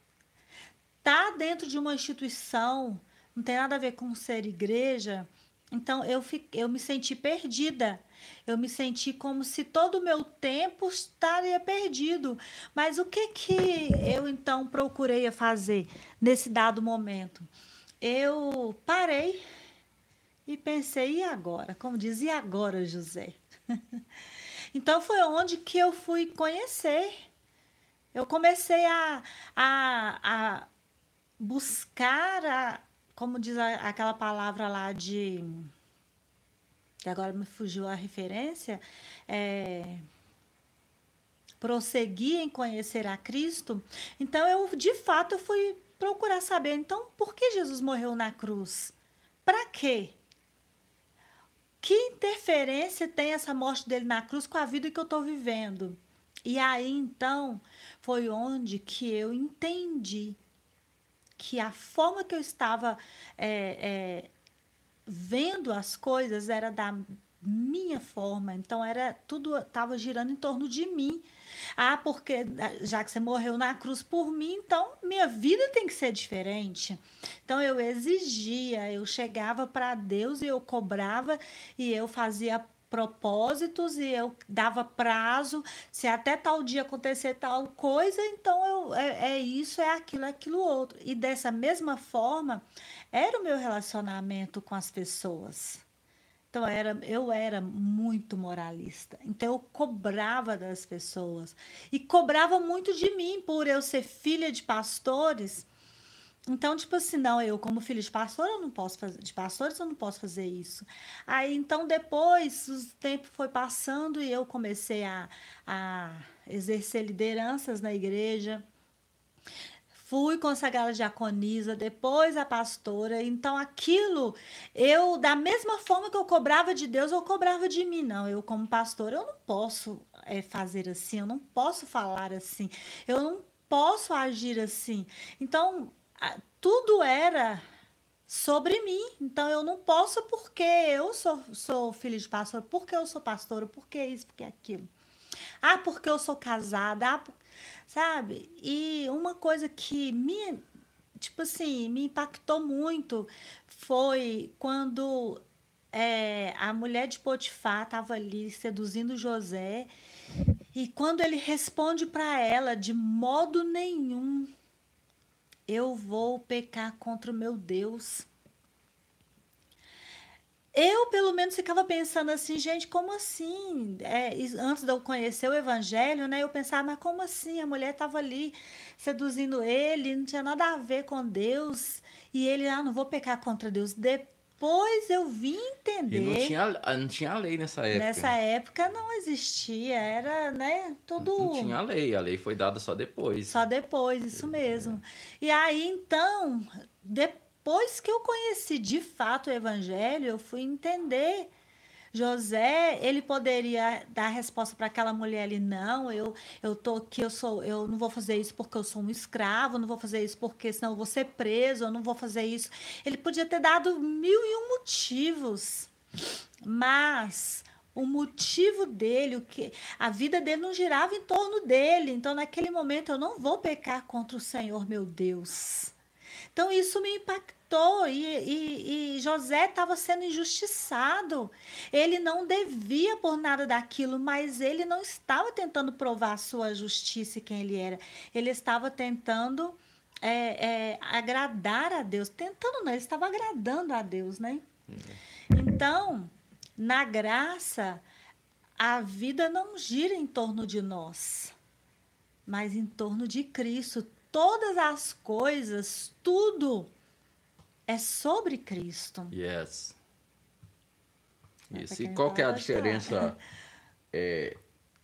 S2: Tá dentro de uma instituição, não tem nada a ver com ser igreja. Então, eu, fiquei, eu me senti perdida. Eu me senti como se todo o meu tempo estaria perdido. Mas o que, que eu, então, procurei fazer nesse dado momento? Eu parei e pensei, e agora? Como diz, e agora, José? Então, foi onde que eu fui conhecer. Eu comecei a, a, a buscar, a, como diz a, aquela palavra lá de... que agora me fugiu a referência, é, prosseguir em conhecer a Cristo, então eu, de fato, eu fui procurar saber, então, por que Jesus morreu na cruz? Para quê? Que interferência tem essa morte dele na cruz com a vida que eu estou vivendo? E aí, então, foi onde que eu entendi que a forma que eu estava é, é, vendo as coisas era da minha forma. Então, era tudo estava girando em torno de mim. Ah, porque já que você morreu na cruz por mim, então minha vida tem que ser diferente. Então eu exigia, eu chegava para Deus e eu cobrava e eu fazia propósitos e eu dava prazo, se até tal dia acontecer tal coisa, então eu, é, é isso, é aquilo, é aquilo outro. E dessa mesma forma, era o meu relacionamento com as pessoas. Então, era, eu era muito moralista. Então, eu cobrava das pessoas. E cobrava muito de mim, por eu ser filha de pastores. Então, tipo assim, não, eu como filha de pastor, eu não posso fazer, de pastores, eu não posso fazer isso. Aí, então, depois, o tempo foi passando e eu comecei a, a exercer lideranças na igreja. Fui consagrada diaconisa, depois a pastora. Então, aquilo, eu, da mesma forma que eu cobrava de Deus, eu cobrava de mim. Não, eu, como pastora, eu não posso é, fazer assim, eu não posso falar assim, eu não posso agir assim. Então, a- tudo era sobre mim. Então, eu não posso porque eu sou, sou filha de pastor, porque eu sou pastora, porque isso, porque aquilo. Ah, porque eu sou casada, ah, por- sabe? E uma coisa que me, tipo assim, me impactou muito foi quando é, a mulher de Potifar estava ali seduzindo José e quando ele responde para ela, de modo nenhum eu vou pecar contra o meu Deus. Eu, pelo menos, ficava pensando assim, gente, como assim? É, isso- antes de eu conhecer o evangelho, né? Eu pensava, mas como assim? A mulher estava ali seduzindo ele, não tinha nada a ver com Deus. E ele, ah, não vou pecar contra Deus. Depois eu vim
S1: E não
S2: entender.
S1: tinha, não tinha lei nessa época.
S2: Nessa época não existia, era, né,
S1: Não
S2: tudo
S1: tinha lei, a lei foi dada só depois.
S2: só depois, isso mesmo. E aí, então, depois que eu conheci de fato o evangelho, eu fui entender. José, ele poderia dar a resposta para aquela mulher ali, não, eu eu tô aqui, eu sou, eu não vou fazer isso porque eu sou um escravo, eu não vou fazer isso porque senão eu vou ser preso, eu não vou fazer isso. Ele podia ter dado mil e um motivos, mas o motivo dele, o que a vida dele não girava em torno dele. Então, naquele momento, eu não vou pecar contra o Senhor, meu Deus. Então, isso me impactou. E, e, e José estava sendo injustiçado. Ele não devia por nada daquilo, mas ele não estava tentando provar a sua justiça e quem ele era. Ele estava tentando é, é, agradar a Deus. Tentando, não, ele estava agradando a Deus, né? Então, na graça, a vida não gira em torno de nós, mas em torno de Cristo. Todas as coisas, tudo é sobre Cristo.
S1: Yes.
S2: Né? Para
S1: Isso. E
S2: quem não
S1: qual que é
S2: fala,
S1: a
S2: pode falar.
S1: diferença é,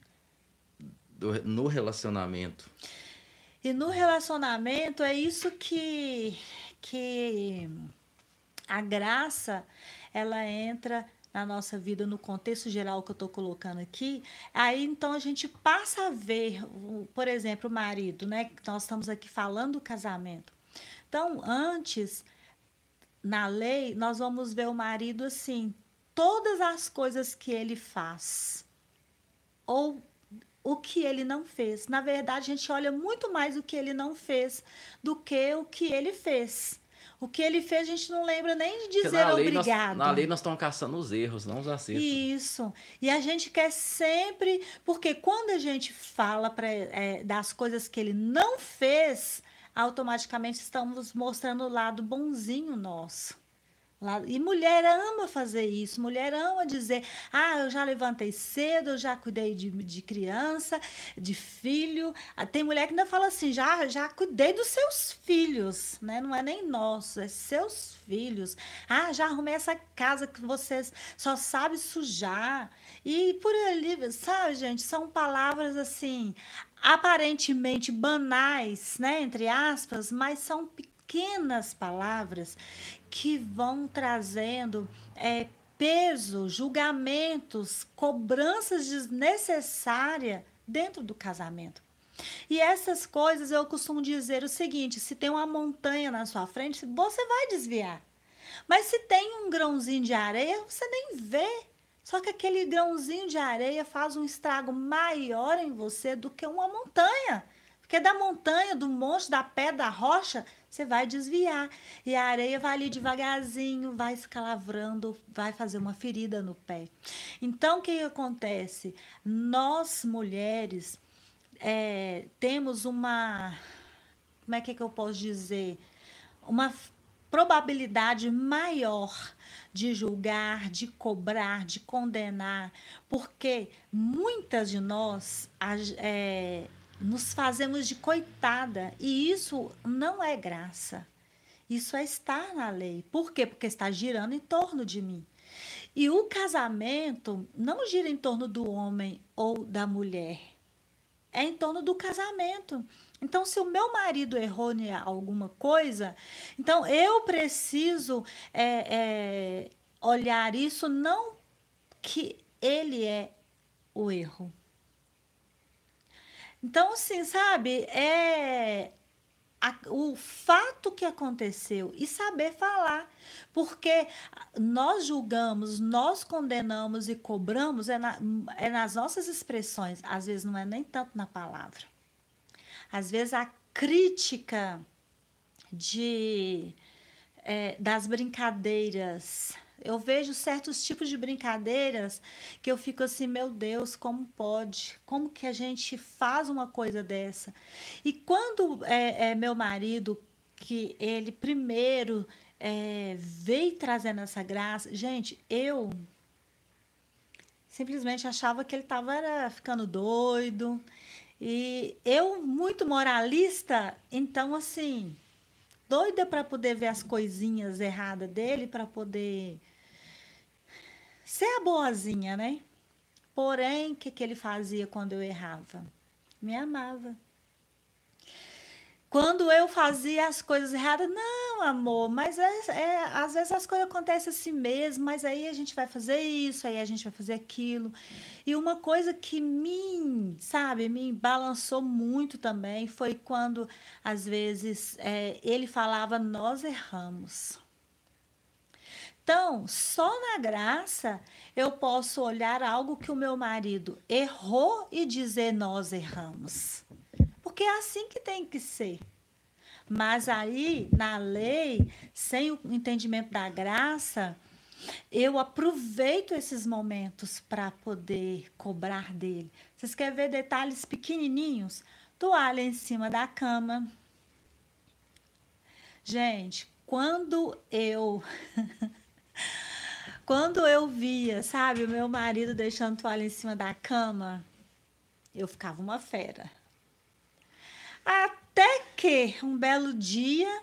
S1: do- no relacionamento?
S2: E no relacionamento é isso que, que a graça ela entra na nossa vida no contexto geral que eu estou colocando aqui. Aí então a gente passa a ver, o- por exemplo, o marido, né? Que nós estamos aqui falando do casamento. Então, antes, na lei, nós vamos ver o marido assim, todas as coisas que ele faz, ou o que ele não fez. Na verdade, a gente olha muito mais o que ele não fez do que o que ele fez. O que ele fez, a gente não lembra nem de
S1: Porque
S2: dizer
S1: na lei nós, na
S2: obrigado.
S1: lei nós estamos caçando os erros, não os acertos.
S2: Isso. E a gente quer sempre. Porque quando a gente fala pra, é, das coisas que ele não fez, automaticamente estamos mostrando o lado bonzinho nosso. Lá- E mulher ama fazer isso, mulher ama dizer: ah, eu já levantei cedo, eu já cuidei de, de criança, de filho. Ah, tem mulher que ainda fala assim: já, já cuidei dos seus filhos, né? Não é nem nossos, é seus filhos. Ah, já arrumei essa casa que vocês só sabem sujar. E por ali, sabe, gente, são palavras assim, aparentemente banais, né, entre aspas, mas são pequenas palavras que vão trazendo é, peso, julgamentos, cobranças desnecessárias dentro do casamento. E essas coisas eu costumo dizer o seguinte: se tem uma montanha na sua frente, você vai desviar. Mas se tem um grãozinho de areia, você nem vê. Só que aquele grãozinho de areia faz um estrago maior em você do que uma montanha. Porque da montanha, do monte, da pedra, da rocha, você vai desviar. E a areia vai ali devagarzinho, vai escalavrando, vai fazer uma ferida no pé. Então, o que acontece? Nós, mulheres, é, temos uma. Como é que, que eu posso dizer? Uma probabilidade maior de julgar, de cobrar, de condenar, porque muitas de nós é, nos fazemos de coitada e isso não é graça. Isso é estar na lei. Por quê? Porque está girando em torno de mim. E o casamento não gira em torno do homem ou da mulher. É em torno do casamento. Então, se o meu marido errou em alguma coisa, então eu preciso é, é, olhar isso não que ele é o erro. Então, assim, sabe, é a, o fato que aconteceu e saber falar. Porque nós julgamos, nós condenamos e cobramos é, na, é nas nossas expressões, às vezes não é nem tanto na palavra. Às vezes a crítica de, é, das brincadeiras. Eu vejo certos tipos de brincadeiras que eu fico assim, meu Deus, como pode? Como que a gente faz uma coisa dessa? E quando é, é meu marido, que ele primeiro é, veio trazendo essa graça, gente, eu simplesmente achava que ele estava ficando doido. E eu, muito moralista, então, assim, doida para poder ver as coisinhas erradas dele, para poder ser a boazinha, né? Porém, o que, que ele fazia quando eu errava? Me amava. Quando eu fazia as coisas erradas, não, amor, mas é, é, às vezes as coisas acontecem assim mesmo, mas aí a gente vai fazer isso, aí a gente vai fazer aquilo. E uma coisa que me, sabe, me balançou muito também foi quando, às vezes, é, ele falava, nós erramos. Então, só na graça eu posso olhar algo que o meu marido errou e dizer, nós erramos. Porque é assim que tem que ser. Mas aí, na lei, sem o entendimento da graça, eu aproveito esses momentos para poder cobrar dele. Vocês querem ver detalhes pequenininhos? Toalha em cima da cama. Gente, quando eu quando eu via, sabe, o meu marido deixando toalha em cima da cama, eu ficava uma fera. Até que um belo dia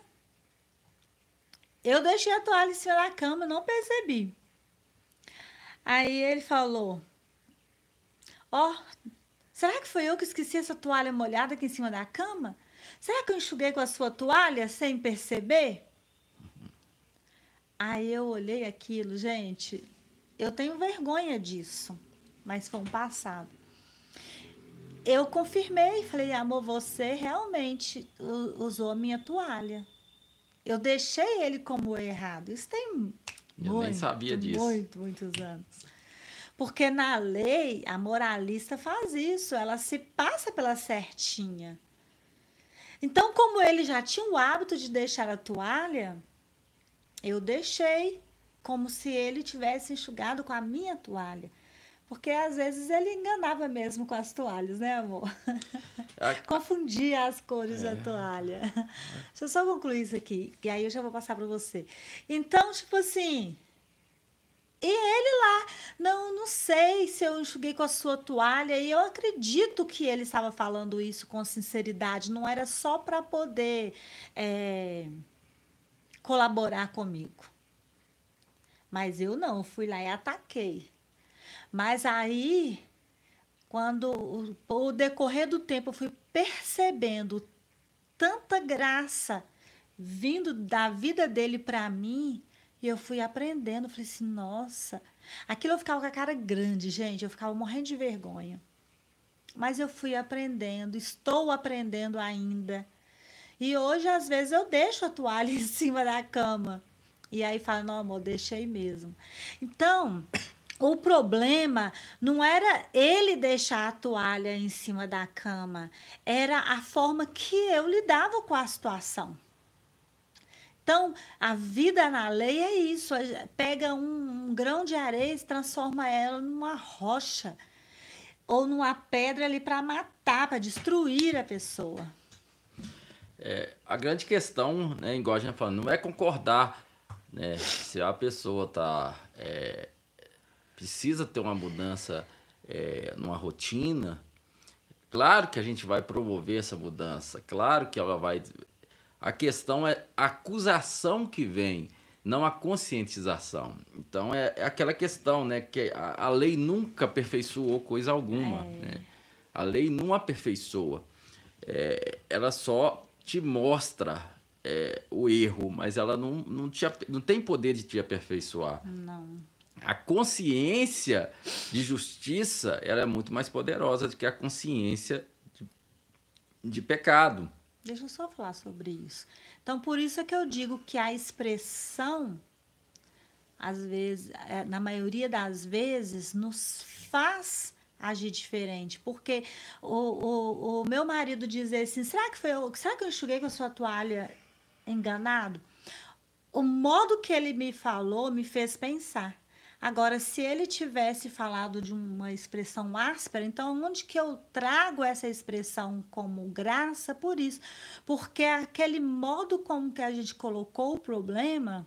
S2: eu deixei a toalha em cima da cama, não percebi. Aí ele falou: ó, oh, será que foi eu que esqueci essa toalha molhada aqui em cima da cama? Será que eu enxuguei com a sua toalha sem perceber? Aí eu olhei aquilo, gente, eu tenho vergonha disso, mas foi um passado. Eu confirmei, falei, amor, você realmente usou a minha toalha. Eu deixei ele como errado. Isso tem
S1: Eu
S2: muito,
S1: nem sabia disso.
S2: muito, muitos anos. Porque na lei, a moralista faz isso, ela se passa pela certinha. Então, como ele já tinha o hábito de deixar a toalha, eu deixei como se ele tivesse enxugado com a minha toalha. Porque às vezes ele enganava mesmo com as toalhas, né, amor?
S1: A-
S2: Confundia as cores da toalha. Deixa eu só concluir isso aqui, e aí eu já vou passar para você. Então, tipo assim, e ele lá, não, não sei se eu enxuguei com a sua toalha, e eu acredito que ele estava falando isso com sinceridade, não era só para poder é, colaborar comigo. Mas eu não, fui lá e ataquei. Mas aí, quando o, o decorrer do tempo eu fui percebendo tanta graça vindo da vida dele para mim, e eu fui aprendendo, falei assim, nossa, aquilo eu ficava com a cara grande, gente, eu ficava morrendo de vergonha. Mas eu fui aprendendo, estou aprendendo ainda. E hoje, às vezes, eu deixo a toalha em cima da cama. E aí fala, não, amor, deixei mesmo. Então, o problema não era ele deixar a toalha em cima da cama, era a forma que eu lidava com a situação. Então, a vida na lei é isso: pega um, um grão de areia e transforma ela numa rocha ou numa pedra ali para matar, para destruir a pessoa.
S1: É, a grande questão, né, igual a gente tá falando, não é concordar, né, se a pessoa tá, é, precisa ter uma mudança é, numa rotina. Claro que a gente vai promover essa mudança, claro que ela vai. A questão é a acusação que vem, não a conscientização. Então é, é aquela questão, né, que a, a lei nunca aperfeiçoou coisa alguma,
S2: É.
S1: né? A lei não aperfeiçoa. É, ela só te mostra é, o erro, mas ela não, não, te, não tem poder de te aperfeiçoar.
S2: Não.
S1: A consciência de justiça, ela é muito mais poderosa do que a consciência de, de pecado.
S2: Deixa eu só falar sobre isso. Então, por isso é que eu digo que a expressão, às vezes, é, na maioria das vezes, nos faz agir diferente. Porque o, o, o meu marido dizer assim, será que foi eu, será que eu enxuguei com a sua toalha enganado? O modo que ele me falou me fez pensar. Agora, se ele tivesse falado de uma expressão áspera, então onde que eu trago essa expressão como graça? Por isso, porque aquele modo como que a gente colocou o problema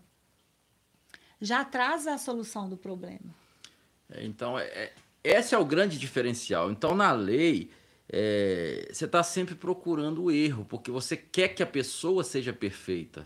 S2: já traz a solução do problema.
S1: É, então, é, é, esse é o grande diferencial. Então, na lei, é, você está sempre procurando o erro, porque você quer que a pessoa seja perfeita.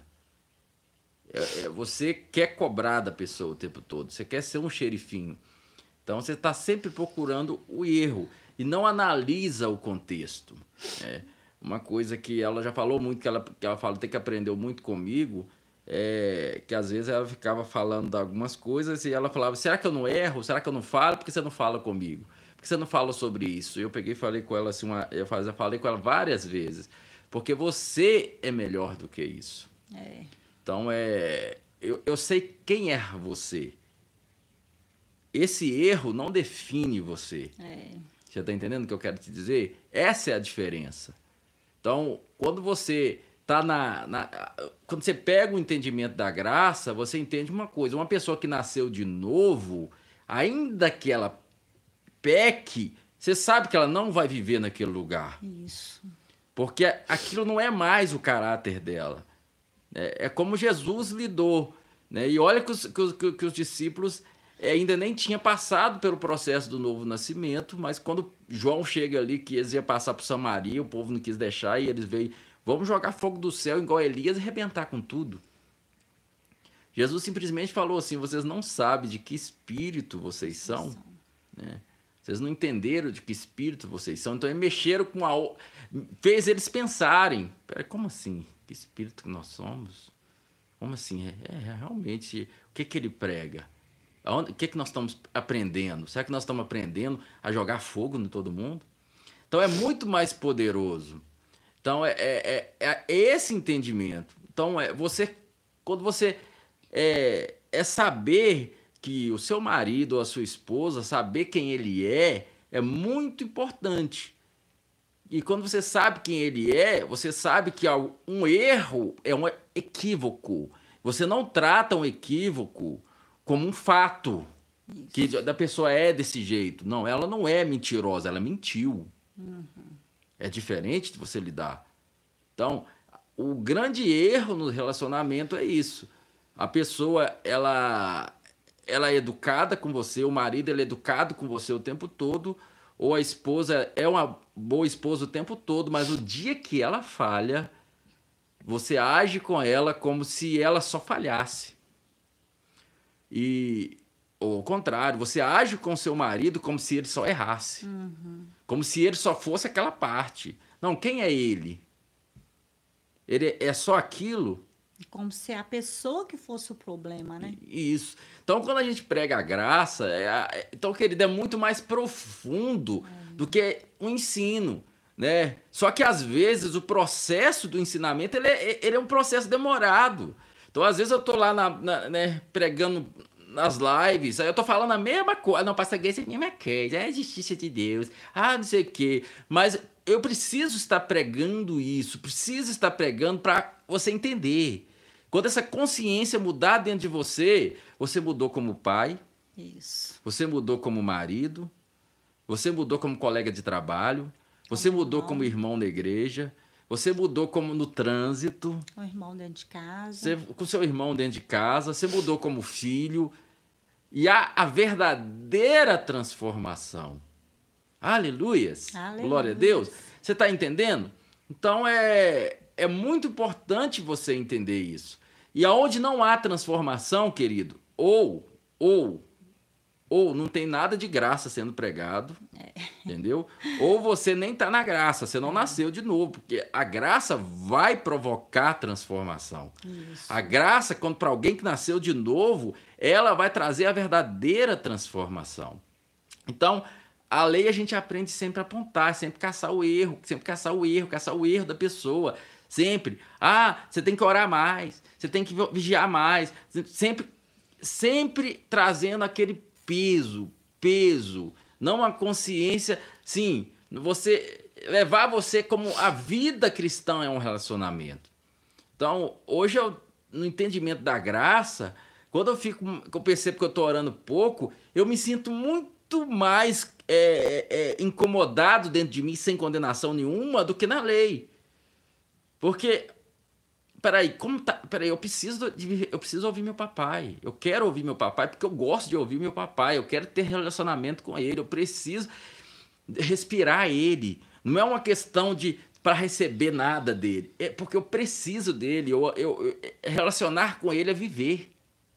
S1: É, é, você quer cobrar da pessoa o tempo todo, você quer ser um xerifinho. Então você está sempre procurando o erro e não analisa o contexto. É, uma coisa que ela já falou muito, que ela, que ela fala, tem que aprender muito comigo, é que às vezes ela ficava falando de algumas coisas e ela falava, será que eu não erro? Será que eu não falo? Por que você não fala comigo? Por que você não fala sobre isso? Eu peguei e falei com ela assim, uma, eu falei com ela várias vezes, porque você é melhor do que isso.
S2: É.
S1: Então, é, eu, eu sei quem é você. Esse erro não define você.
S2: É.
S1: Você está entendendo o que eu quero te dizer? Essa é a diferença. Então, quando você tá na, na... Quando você pega o entendimento da graça, você entende uma coisa. Uma pessoa que nasceu de novo, ainda que ela peque, você sabe que ela não vai viver naquele lugar.
S2: Isso.
S1: Porque aquilo não é mais o caráter dela. É, é como Jesus lidou, né? E olha que os, que os, que os discípulos ainda nem tinham passado pelo processo do novo nascimento, mas quando João chega ali, que eles iam passar por Samaria, o povo não quis deixar, e eles veio, vamos jogar fogo do céu igual Elias e arrebentar com tudo. Jesus simplesmente falou assim, vocês não sabem de que espírito vocês são, né? Vocês não entenderam de que espírito vocês são, então eles mexeram com a... fez eles pensarem, peraí, como assim? Que espírito que nós somos? Como assim? É, é realmente, o que que ele prega? Aonde, o que que nós estamos aprendendo? Será que nós estamos aprendendo a jogar fogo em todo mundo? Então é muito mais poderoso. Então é, é, é, é esse entendimento. Então é você, quando você é, é saber que o seu marido ou a sua esposa, saber quem ele é, é muito importante. E quando você sabe quem ele é, você sabe que um erro é um equívoco. Você não trata um equívoco como um fato. Isso. Que da pessoa é desse jeito. Não, ela não é mentirosa, ela mentiu. Uhum. É diferente de você lidar. Então, o grande erro no relacionamento é isso. A pessoa, ela, ela é educada com você, o marido ele é educado com você o tempo todo, ou a esposa é uma boa esposa o tempo todo, mas o dia que ela falha, você age com ela como se ela só falhasse. E ou ao contrário, você age com seu marido como se ele só errasse.
S2: Uhum.
S1: Como se ele só fosse aquela parte. Não, quem é ele? Ele é só aquilo?
S2: Como se a pessoa que fosse o problema, né?
S1: Isso. Então, quando a gente prega a graça, é, é, então, querido, é muito mais profundo uhum. do que o ensino, né? Só que, às vezes, o processo do ensinamento, ele é, ele é um processo demorado. Então, às vezes, eu tô lá na, na, né, pregando nas lives, aí eu tô falando a mesma coisa. Não, pastor Gay, isso é a mesma coisa, é a justiça de Deus, ah, não sei o quê. Mas eu preciso estar pregando isso, preciso estar pregando para você entender. Quando essa consciência mudar dentro de você, você mudou como pai,
S2: isso.
S1: Você mudou como marido, você mudou como colega de trabalho, você como mudou irmão. como irmão na igreja, você mudou como no trânsito.
S2: Com o irmão dentro de casa.
S1: Você, com seu irmão dentro de casa, você mudou como filho. E há a verdadeira transformação. Aleluias. Aleluia. Glória a Deus. Você está entendendo? Então, é, é muito importante você entender isso. E aonde não há transformação, querido, ou, ou, ou não tem nada de graça sendo pregado, é. entendeu? Ou você nem está na graça, você não nasceu de novo, porque a graça vai provocar transformação. Isso. A graça, quando para alguém que nasceu de novo, ela vai trazer a verdadeira transformação. Então, a lei a gente aprende sempre a apontar, sempre caçar o erro, sempre caçar o erro, caçar o erro da pessoa. Sempre. Ah, você tem que orar mais, você tem que vigiar mais. Sempre, sempre trazendo aquele peso, peso, não a consciência. Sim, você levar você como a vida cristã é um relacionamento. Então, hoje, eu, no entendimento da graça, quando eu, fico, eu percebo que eu estou orando pouco, eu me sinto muito mais é, é, incomodado dentro de mim, sem condenação nenhuma, do que na lei. Porque, peraí, como tá? Peraí, eu preciso, de, eu preciso ouvir meu papai. Eu quero ouvir meu papai porque eu gosto de ouvir meu papai. Eu quero ter relacionamento com ele. Eu preciso respirar ele. Não é uma questão de para receber nada dele. É porque eu preciso dele. Eu, eu, eu, relacionar com ele é viver.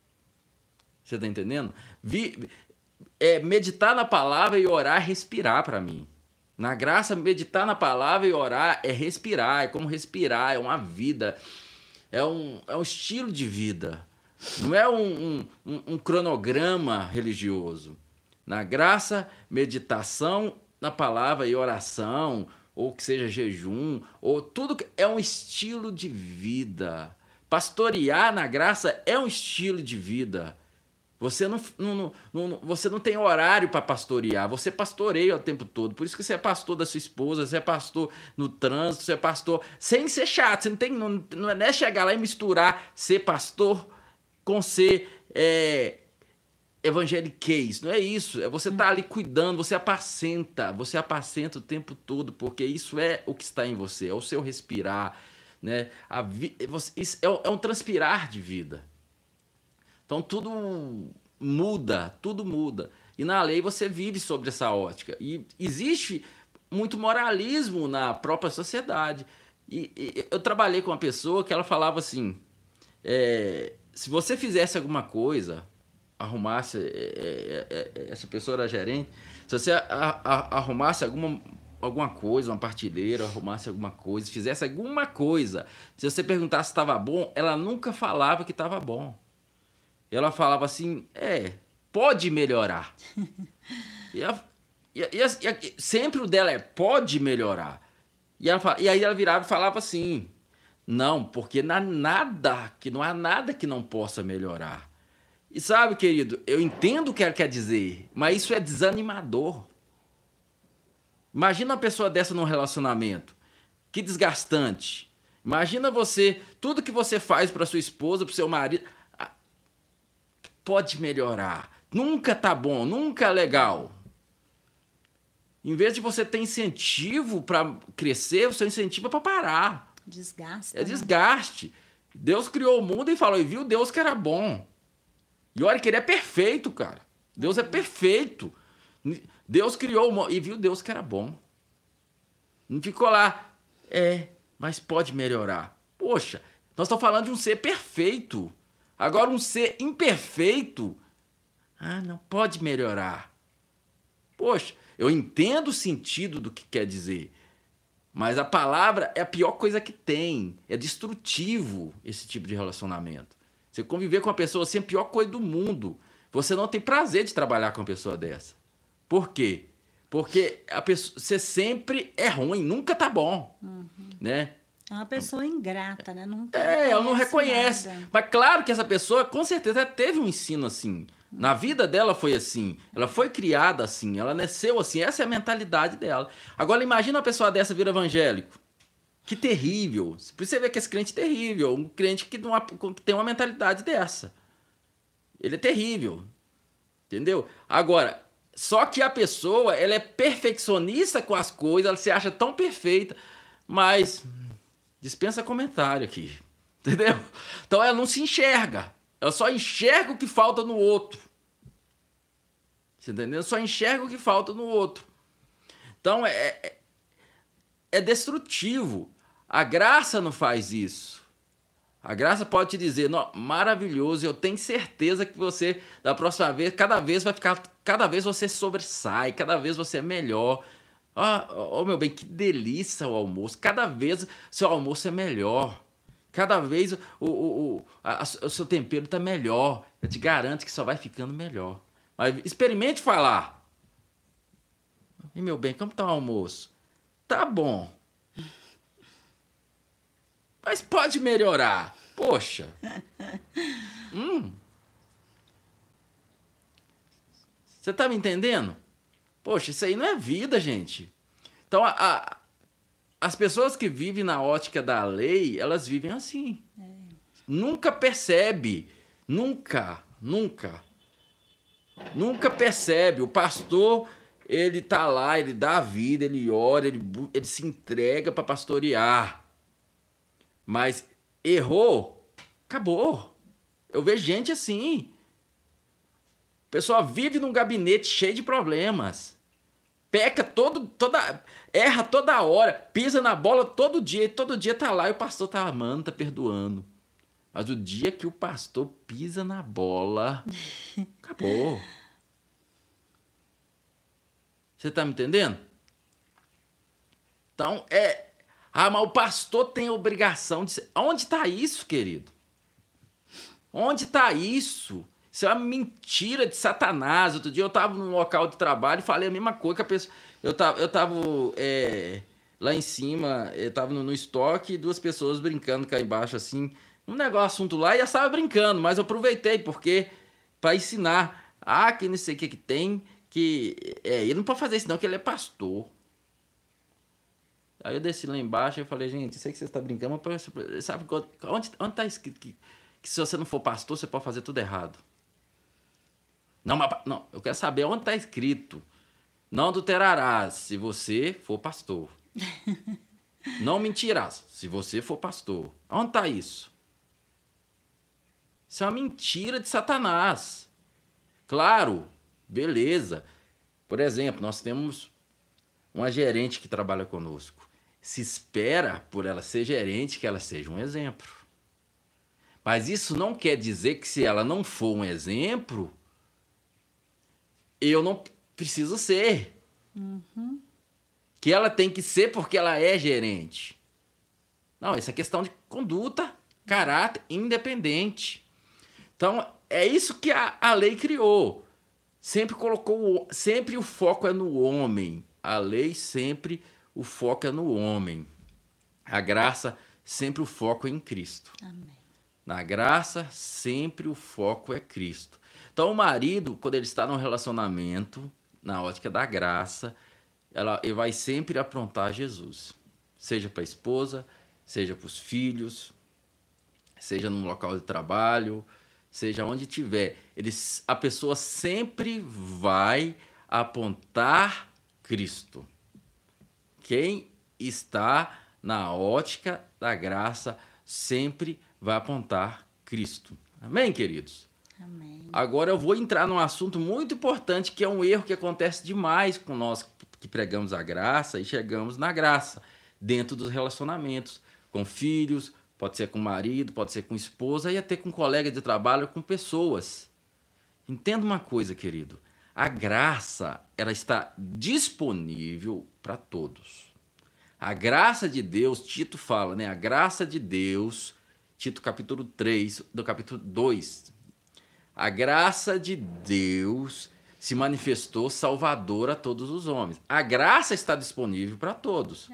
S1: Você tá entendendo? Vi, é, meditar na palavra e orar é respirar para mim. Na graça, meditar na palavra e orar é respirar, é como respirar, é uma vida, é um, é um estilo de vida, não é um, um, um cronograma religioso. Na graça, meditação na palavra e oração, ou que seja jejum, ou tudo é um estilo de vida. Pastorear na graça é um estilo de vida. Você não, não, não, você não tem horário para pastorear, você pastoreia o tempo todo. Por isso que você é pastor da sua esposa, você é pastor no trânsito, você é pastor sem ser chato. Você não, tem, não, não é chegar lá e misturar ser pastor com ser é, evangeliquez. Não é isso. É você estar ali cuidando, você apacenta, você apacenta o tempo todo, porque isso é o que está em você, é o seu respirar. Né? A vi, você, isso é, é um transpirar de vida. Então, tudo muda, tudo muda. E na lei você vive sobre essa ótica. E existe muito moralismo na própria sociedade. E, e eu trabalhei com uma pessoa que ela falava assim, é, se você fizesse alguma coisa, arrumasse, é, é, é, essa pessoa era gerente, se você a, a, arrumasse alguma, alguma coisa, uma partilheira, arrumasse alguma coisa, fizesse alguma coisa, se você perguntasse se estava bom, ela nunca falava que estava bom. Ela falava assim, é, pode melhorar. e, a, e, a, e, a, e a, sempre o dela é, pode melhorar. E, ela, e aí ela virava e falava assim, não, porque não há nada, que não há nada que não possa melhorar. E sabe, querido, eu entendo o que ela quer dizer, mas isso é desanimador. Imagina uma pessoa dessa num relacionamento. Que desgastante. Imagina você, tudo que você faz para sua esposa, para seu marido... pode melhorar. Nunca tá bom, nunca é legal. Em vez de você ter incentivo para crescer, o seu incentivo é para parar.
S2: Desgaste.
S1: É desgaste. Né? Deus criou o mundo e falou, e viu Deus que era bom. E olha que ele é perfeito, cara. Deus é perfeito. Deus criou o mundo e viu Deus que era bom. Não ficou lá, é, mas pode melhorar. Poxa, nós estamos falando de um ser perfeito. Agora, um ser imperfeito, Ah, não pode melhorar. Poxa, eu entendo o sentido do que quer dizer, mas a palavra é a pior coisa que tem. É destrutivo esse tipo de relacionamento. Você conviver com uma pessoa assim é a pior coisa do mundo. Você não tem prazer de trabalhar com uma pessoa dessa. Por quê? Porque a pessoa, você sempre é ruim, nunca tá bom, uhum. né?
S2: É uma pessoa ingrata, né? Não
S1: é, ela não reconhece.
S2: Nada.
S1: Mas claro que essa pessoa, com certeza, teve um ensino assim. Uhum. Na vida dela foi assim. Ela foi criada assim. Ela nasceu assim. Essa é a mentalidade dela. Agora, imagina uma pessoa dessa vir evangélico. Que terrível. Por isso você vê que esse crente é terrível. Um crente que, não, que tem uma mentalidade dessa. Ele é terrível. Entendeu? Agora, só que a pessoa, ela é perfeccionista com as coisas. Ela se acha tão perfeita. Mas... dispensa comentário aqui, entendeu? Então ela não se enxerga, ela só enxerga o que falta no outro. Você entendeu? Só enxerga o que falta no outro. Então é, é, é destrutivo. A graça não faz isso. A graça pode te dizer, não, maravilhoso, eu tenho certeza que você, da próxima vez, cada vez vai ficar, cada vez você sobressai, cada vez você é melhor. Oh, oh, meu bem, que delícia o almoço. Cada vez seu almoço é melhor. Cada vez o, o, o, a, o seu tempero está melhor. Eu te garanto que só vai ficando melhor. Mas experimente falar. E meu bem, como está o almoço? Tá bom. Mas pode melhorar. Poxa. Hum. Você tá me entendendo? Poxa, isso aí não é vida, gente. Então, a, a, as pessoas que vivem na ótica da lei, elas vivem assim. É. Nunca percebe. Nunca, nunca. Nunca percebe. O pastor, ele tá lá, ele dá a vida, ele ora, ele, ele se entrega para pastorear. Mas errou, acabou. Eu vejo gente assim. A pessoa vive num gabinete cheio de problemas. Peca todo, toda, erra toda hora, pisa na bola todo dia, e todo dia tá lá e o pastor tá amando, tá perdoando. Mas o dia que o pastor pisa na bola, acabou. Você tá me entendendo? Então, é... ah, mas o pastor tem a obrigação de ser... Onde tá isso, querido? Onde tá isso? Isso é uma mentira de Satanás. Outro dia eu estava num local de trabalho e falei a mesma coisa que a pessoa... Eu estava eu tava, é, lá em cima, eu estava no, no estoque e duas pessoas brincando cá embaixo, assim. Um negócio, assunto lá, e eu estava brincando, mas eu aproveitei, porque... para ensinar. Ah, que não sei o que que tem, que... É, ele não pode fazer isso não, que ele é pastor. Aí eu desci lá embaixo e falei, gente, sei que você está brincando, mas sabe onde está escrito que, que se você não for pastor, você pode fazer tudo errado? Não, mas, não, eu quero saber onde está escrito. Não adulterarás se você for pastor. Não mentirás se você for pastor. Onde está isso? Isso é uma mentira de Satanás. Claro, beleza. Por exemplo, nós temos uma gerente que trabalha conosco. Se espera por ela ser gerente que ela seja um exemplo. Mas isso não quer dizer que se ela não for um exemplo... eu não preciso ser. Uhum. Que ela tem que ser porque ela é gerente. Não, isso é questão de conduta, caráter independente. Então, é isso que a, a lei criou. Sempre colocou, sempre o foco é no homem. A lei sempre o foco é no homem. A graça, sempre o foco é em Cristo. Amém. Na graça, sempre o foco é Cristo. Então, o marido, quando ele está num relacionamento, na ótica da graça, ela, ele vai sempre aprontar Jesus. Seja para a esposa, seja para os filhos, seja num local de trabalho, seja onde tiver. Eles, a pessoa sempre vai apontar Cristo. Quem está na ótica da graça sempre vai apontar Cristo. Amém, queridos? Amém. Agora eu vou entrar num assunto muito importante, que é um erro que acontece demais com nós que pregamos a graça e chegamos na graça, dentro dos relacionamentos, com filhos, pode ser com marido, pode ser com esposa, e até com colega de trabalho, com pessoas. Entenda uma coisa, querido. A graça, ela está disponível para todos. A graça de Deus, Tito fala, né? A graça de Deus, Tito capítulo três, do capítulo dois. A graça de Deus se manifestou salvadora a todos os homens. A graça está disponível para todos.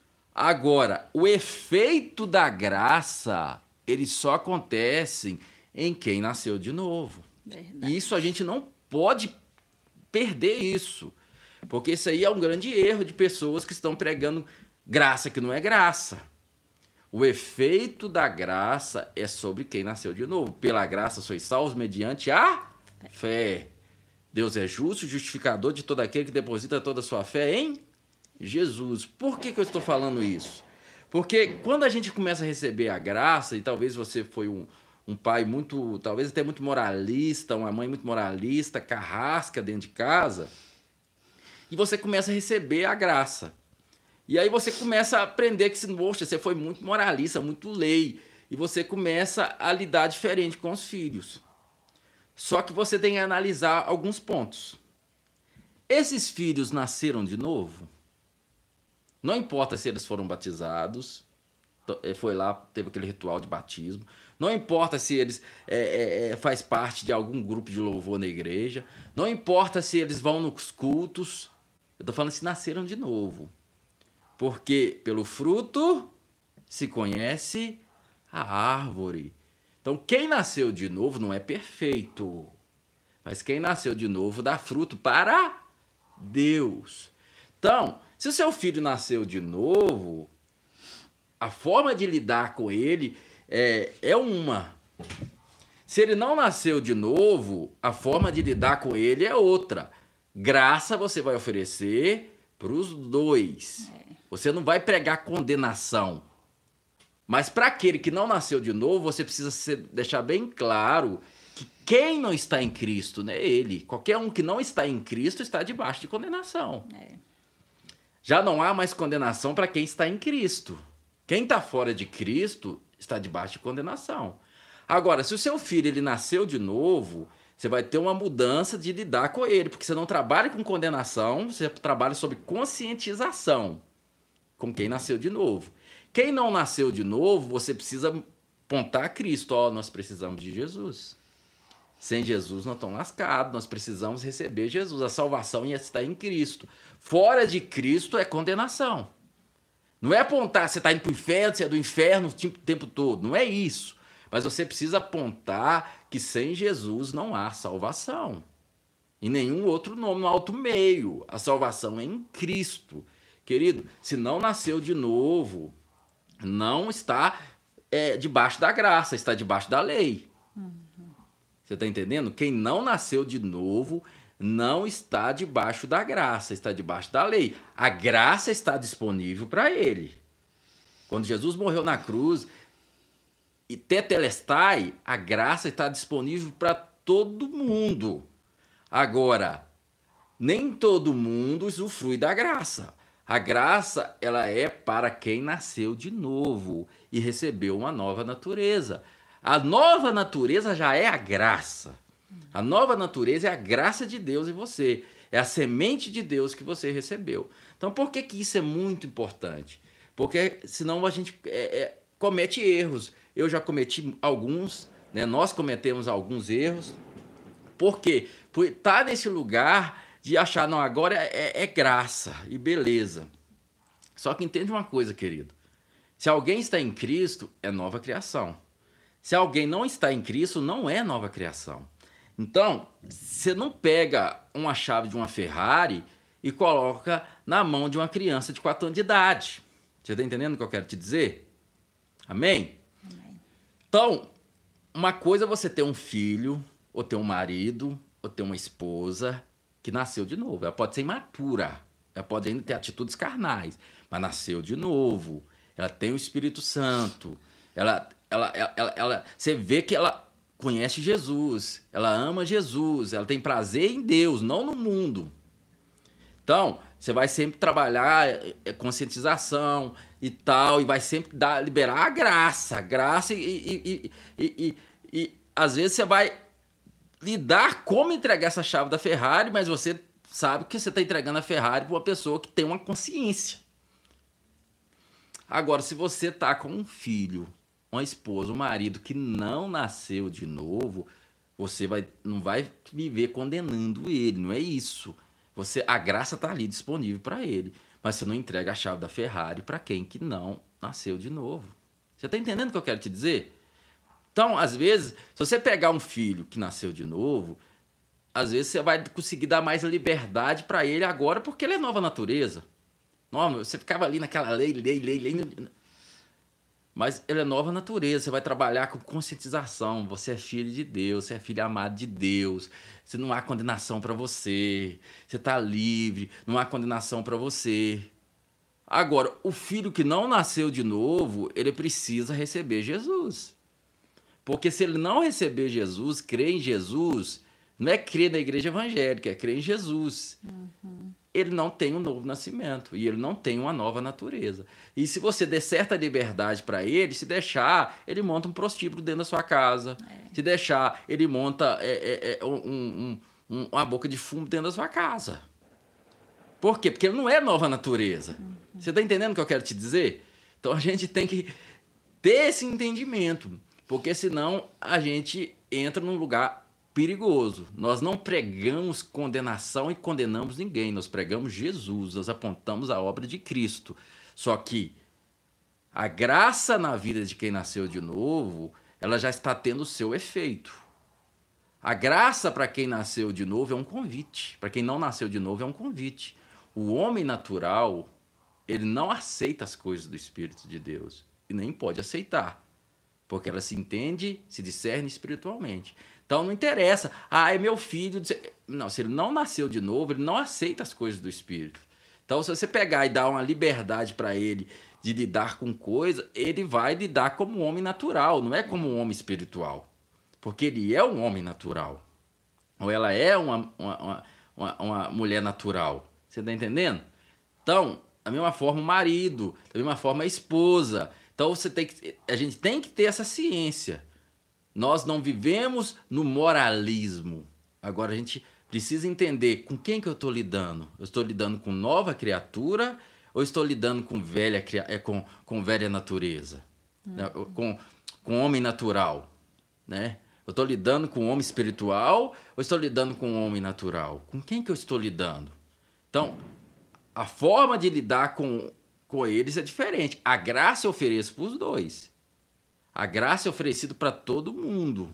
S1: Agora, o efeito da graça, ele só acontece em quem nasceu de novo.
S2: Verdade.
S1: E isso a gente não pode perder isso. Porque isso aí é um grande erro de pessoas que estão pregando graça que não é graça. O efeito da graça é sobre quem nasceu de novo. Pela graça sois salvos mediante a fé. Deus é justo, justificador de todo aquele que deposita toda a sua fé em Jesus. Por que que eu estou falando isso? Porque quando a gente começa a receber a graça, e talvez você foi um, um pai muito, talvez até muito moralista, uma mãe muito moralista, carrasca dentro de casa, e você começa a receber a graça. E aí você começa a aprender que, poxa, você foi muito moralista, muito lei, e você começa a lidar diferente com os filhos. Só que você tem que analisar alguns pontos. Esses filhos nasceram de novo? Não importa se eles foram batizados, foi lá, teve aquele ritual de batismo. Não importa se eles é, é, faz parte de algum grupo de louvor na igreja. Não importa se eles vão nos cultos. Eu estou falando se nasceram de novo. Porque pelo fruto se conhece a árvore. Então, quem nasceu de novo não é perfeito. Mas quem nasceu de novo dá fruto para Deus. Então, se o seu filho nasceu de novo, a forma de lidar com ele é, é uma. Se ele não nasceu de novo, a forma de lidar com ele é outra. Graça você vai oferecer para os dois. Você não vai pregar condenação. Mas para aquele que não nasceu de novo, você precisa ser, deixar bem claro que quem não está em Cristo, não é ele. Qualquer um que não está em Cristo está debaixo de condenação. É. Já não há mais condenação para quem está em Cristo. Quem está fora de Cristo está debaixo de condenação. Agora, se o seu filho ele nasceu de novo, você vai ter uma mudança de lidar com ele, porque você não trabalha com condenação, você trabalha sobre conscientização com quem nasceu de novo. Quem não nasceu de novo, você precisa apontar a Cristo. Ó, nós precisamos de Jesus. Sem Jesus nós estamos lascados, nós precisamos receber Jesus. A salvação está em Cristo. Fora de Cristo é condenação. Não é apontar, você está indo para o inferno, você é do inferno o tempo todo. Não é isso. Mas você precisa apontar que sem Jesus não há salvação. Em nenhum outro nome, no alto meio. A salvação é em Cristo. Querido, se não nasceu de novo, não está é, debaixo da graça, está debaixo da lei. Uhum. Você está entendendo? Quem não nasceu de novo não está debaixo da graça, está debaixo da lei. A graça está disponível para ele. Quando Jesus morreu na cruz, e tetelestai, a graça está disponível para todo mundo. Agora, nem todo mundo usufrui da graça. A graça, ela é para quem nasceu de novo e recebeu uma nova natureza. A nova natureza já é a graça. A nova natureza é a graça de Deus em você. É a semente de Deus que você recebeu. Então, por que que isso é muito importante? Porque senão a gente é, é, comete erros. Eu já cometi alguns, né? Nós cometemos alguns erros. Por quê? Por estar nesse lugar de achar, não, agora é, é graça e beleza. Só que entende uma coisa, querido. Se alguém está em Cristo, é nova criação. Se alguém não está em Cristo, não é nova criação. Então, você não pega uma chave de uma Ferrari e coloca na mão de uma criança de quatro anos de idade. Você está entendendo o que eu quero te dizer? Amém? Amém. Então, uma coisa é você ter um filho, ou ter um marido, ou ter uma esposa que nasceu de novo. Ela pode ser imatura, ela pode ainda ter atitudes carnais, mas nasceu de novo. Ela tem o Espírito Santo. Ela, ela, ela, ela, ela, você vê que ela conhece Jesus, ela ama Jesus, ela tem prazer em Deus, não no mundo. Então, você vai sempre trabalhar conscientização e tal, e vai sempre dar, liberar a graça, a graça, e, e, e, e, e, e às vezes você vai lidar como entregar essa chave da Ferrari, mas você sabe que você está entregando a Ferrari para uma pessoa que tem uma consciência. Agora, se você tá com um filho, uma esposa, um marido que não nasceu de novo, você vai, não vai viver condenando ele, não é isso. Você, a graça está ali disponível para ele, mas você não entrega a chave da Ferrari para quem que não nasceu de novo. Você está entendendo o que eu quero te dizer? Então, às vezes, se você pegar um filho que nasceu de novo, às vezes você vai conseguir dar mais liberdade para ele agora, porque ele é nova natureza. Não, você ficava ali naquela lei, lei, lei, lei. Mas ele é nova natureza. Você vai trabalhar com conscientização. Você é filho de Deus, você é filho amado de Deus. Você não há condenação para você. Você está livre, não há condenação para você. Agora, o filho que não nasceu de novo, ele precisa receber Jesus. Porque se ele não receber Jesus, crer em Jesus, não é crer na igreja evangélica, é crer em Jesus. Uhum. Ele não tem um novo nascimento e ele não tem uma nova natureza. E se você der certa liberdade para ele, se deixar, ele monta um prostíbulo dentro da sua casa. É. Se deixar, ele monta é, é, é, um, um, um, uma boca de fumo dentro da sua casa. Por quê? Porque ele não é nova natureza. Uhum. Você está entendendo o que eu quero te dizer? Então a gente tem que ter esse entendimento, porque senão a gente entra num lugar perigoso. Nós não pregamos condenação e condenamos ninguém. Nós pregamos Jesus, nós apontamos a obra de Cristo. Só que a graça na vida de quem nasceu de novo, ela já está tendo o seu efeito. A graça para quem nasceu de novo é um convite. Para quem não nasceu de novo é um convite. O homem natural, ele não aceita as coisas do Espírito de Deus. E nem pode aceitar. Porque ela se entende, se discerne espiritualmente. Então não interessa. Ah, é meu filho. Não, se ele não nasceu de novo, ele não aceita as coisas do Espírito. Então, se você pegar e dar uma liberdade para ele de lidar com coisas, ele vai lidar como um homem natural, não é como um homem espiritual. Porque ele é um homem natural. Ou ela é uma, uma, uma, uma mulher natural. Você está entendendo? Então, da mesma forma, o marido, da mesma forma, a esposa. Então, você tem que, a gente tem que ter essa ciência. Nós não vivemos no moralismo. Agora, a gente precisa entender com quem que eu estou lidando. Eu estou lidando com nova criatura ou estou lidando com velha, com, com velha natureza? Uhum. Né? Com, com homem natural? Né? Eu estou lidando com homem espiritual ou estou lidando com homem natural? Com quem que eu estou lidando? Então, a forma de lidar com, com eles é diferente. A graça eu ofereço para os dois. A graça é oferecida para todo mundo.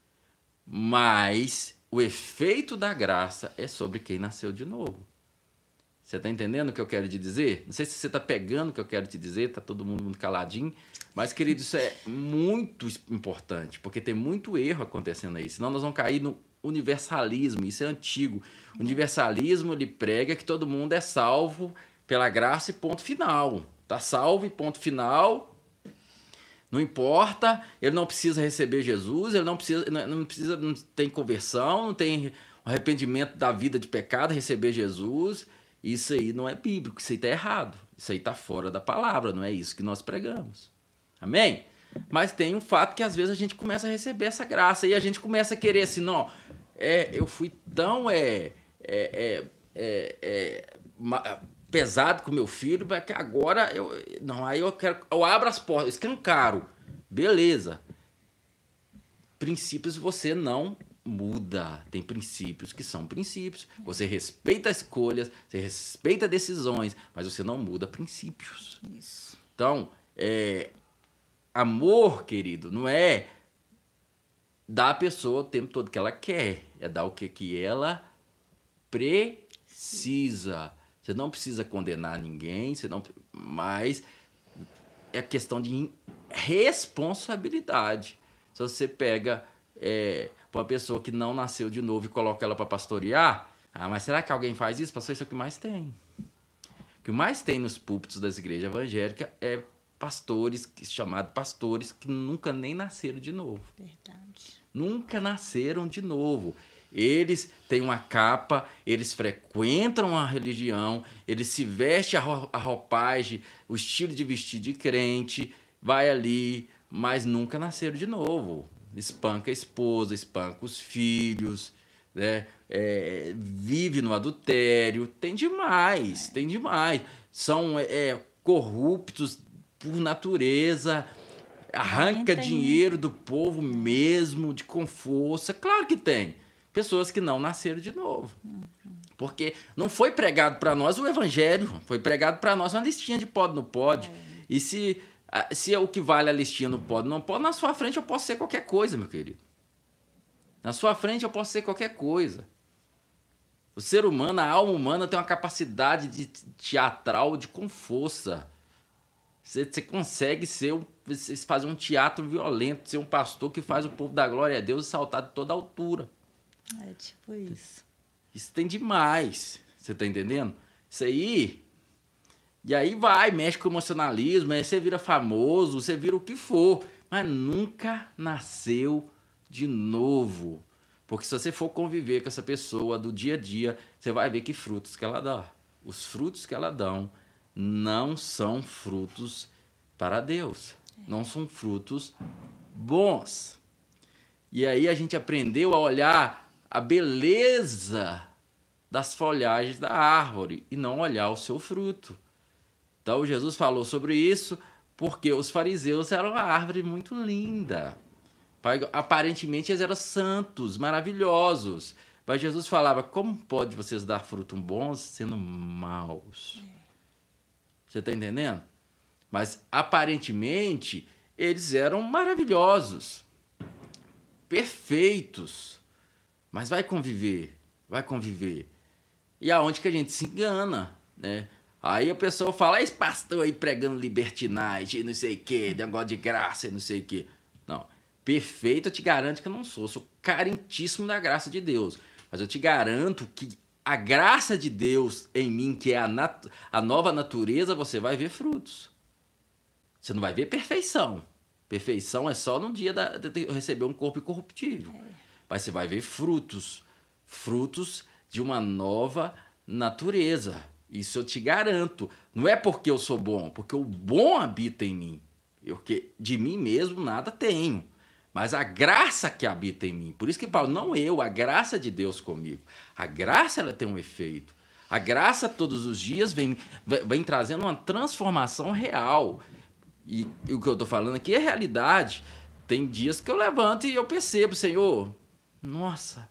S1: Mas o efeito da graça é sobre quem nasceu de novo. Você está entendendo o que eu quero te dizer? Não sei se você está pegando o que eu quero te dizer, está todo mundo muito caladinho. Mas, querido, isso é muito importante, porque tem muito erro acontecendo aí. Senão nós vamos cair no universalismo, isso é antigo. O universalismo, ele prega que todo mundo é salvo pela graça e ponto final. Está salvo e ponto final. Não importa, ele não precisa receber Jesus, ele não precisa, não precisa, não tem conversão, não tem arrependimento da vida de pecado, receber Jesus. Isso aí não é bíblico, isso aí está errado. Isso aí está fora da palavra, não é isso que nós pregamos. Amém? Mas tem um fato que às vezes a gente começa a receber essa graça e a gente começa a querer assim, não, é, eu fui tão é, é, é, é, é, pesado com meu filho, que agora eu não, aí eu quero, eu abro as portas, escancaro, beleza. Princípios você não muda, tem princípios que são princípios, você respeita escolhas, você respeita decisões, mas você não muda princípios. Isso. Então, é, amor, querido, não é dar à pessoa o tempo todo que ela quer, é dar o que, que ela precisa. Você não precisa condenar ninguém, você não, mas é questão de responsabilidade. Se você pega é, uma pessoa que não nasceu de novo e coloca ela para pastorear, ah, mas será que alguém faz isso? Pastor, isso é o que mais tem. O que mais tem nos púlpitos das igrejas evangélicas é pastores, chamados pastores, que nunca nem nasceram de novo. Verdade. Nunca nasceram de novo. Eles têm uma capa, eles frequentam a religião, eles se vestem a roupagem, o estilo de vestir de crente, vai ali, mas nunca nasceram de novo. espanca a esposa, espanca os filhos, né? É, vive no adultério, tem demais, tem demais. São é, corruptos por natureza, arranca
S2: Mentem, né?
S1: dinheiro do povo mesmo, de com força. Claro que tem. Pessoas que não nasceram de novo. Porque não foi pregado para nós o evangelho, foi pregado para nós uma listinha de pode, não pode. E se, ah, se é o que vale a listinha no pode, não pode, na sua frente eu posso ser qualquer coisa, meu querido. Na sua frente eu posso ser qualquer coisa. O ser humano, a alma humana tem uma capacidade de teatral de com força. Você, você consegue ser um, você fazer um teatro violento, ser um pastor que faz o povo dar glória a Deus e saltar de toda altura.
S2: É tipo isso.
S1: Isso tem demais. Você tá entendendo? Isso aí. E aí vai, mexe com o emocionalismo, aí você vira famoso, você vira o que for. Mas nunca nasceu de novo. Porque se você for conviver com essa pessoa do dia a dia, você vai ver que frutos que ela dá. Os frutos que ela dão não são frutos para Deus. Não são frutos bons. E aí a gente aprendeu a olhar a beleza das folhagens da árvore e não olhar o seu fruto. Então Jesus falou sobre isso porque os fariseus eram uma árvore muito linda. Aparentemente eles eram santos, maravilhosos. Mas Jesus falava, como pode vocês dar frutos bons sendo maus? Você está entendendo? Mas aparentemente eles eram maravilhosos, perfeitos. Mas vai conviver, vai conviver. E aonde que a gente se engana, né? Aí a pessoa fala, esse pastor aí pregando libertinagem, não sei o quê, negócio de graça e não sei o quê. Não, perfeito eu te garanto que eu não sou. Sou carentíssimo da graça de Deus. Mas eu te garanto que a graça de Deus em mim, que é a, nat- a nova natureza, você vai ver frutos. Você não vai ver perfeição. Perfeição é só no dia da, de receber um corpo incorruptível. Mas você vai ver frutos. Frutos de uma nova natureza. Isso eu te garanto. Não é porque eu sou bom, porque o bom habita em mim. Eu que de mim mesmo nada tenho. Mas a graça que habita em mim. Por isso que Paulo, não eu, a graça de Deus comigo. A graça ela tem um efeito. A graça todos os dias vem, vem trazendo uma transformação real. E, e o que eu estou falando aqui é realidade. Tem dias que eu levanto e eu percebo, Senhor, nossa,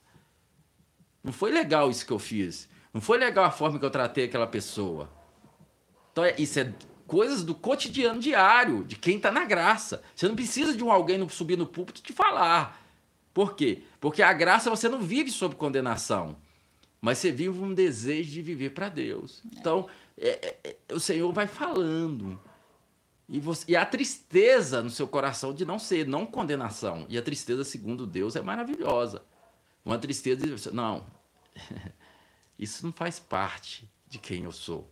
S1: não foi legal isso que eu fiz. Não foi legal a forma que eu tratei aquela pessoa. Então, é, isso é coisas do cotidiano diário, de quem está na graça. Você não precisa de um alguém no, subir no púlpito te falar. Por quê? Porque a graça você não vive sob condenação, mas você vive um desejo de viver para Deus. Então, é, é, é, o Senhor vai falando. E, você, e a tristeza no seu coração de não ser, não condenação. E a tristeza, segundo Deus, é maravilhosa. Uma tristeza de, não, isso não faz parte de quem eu sou.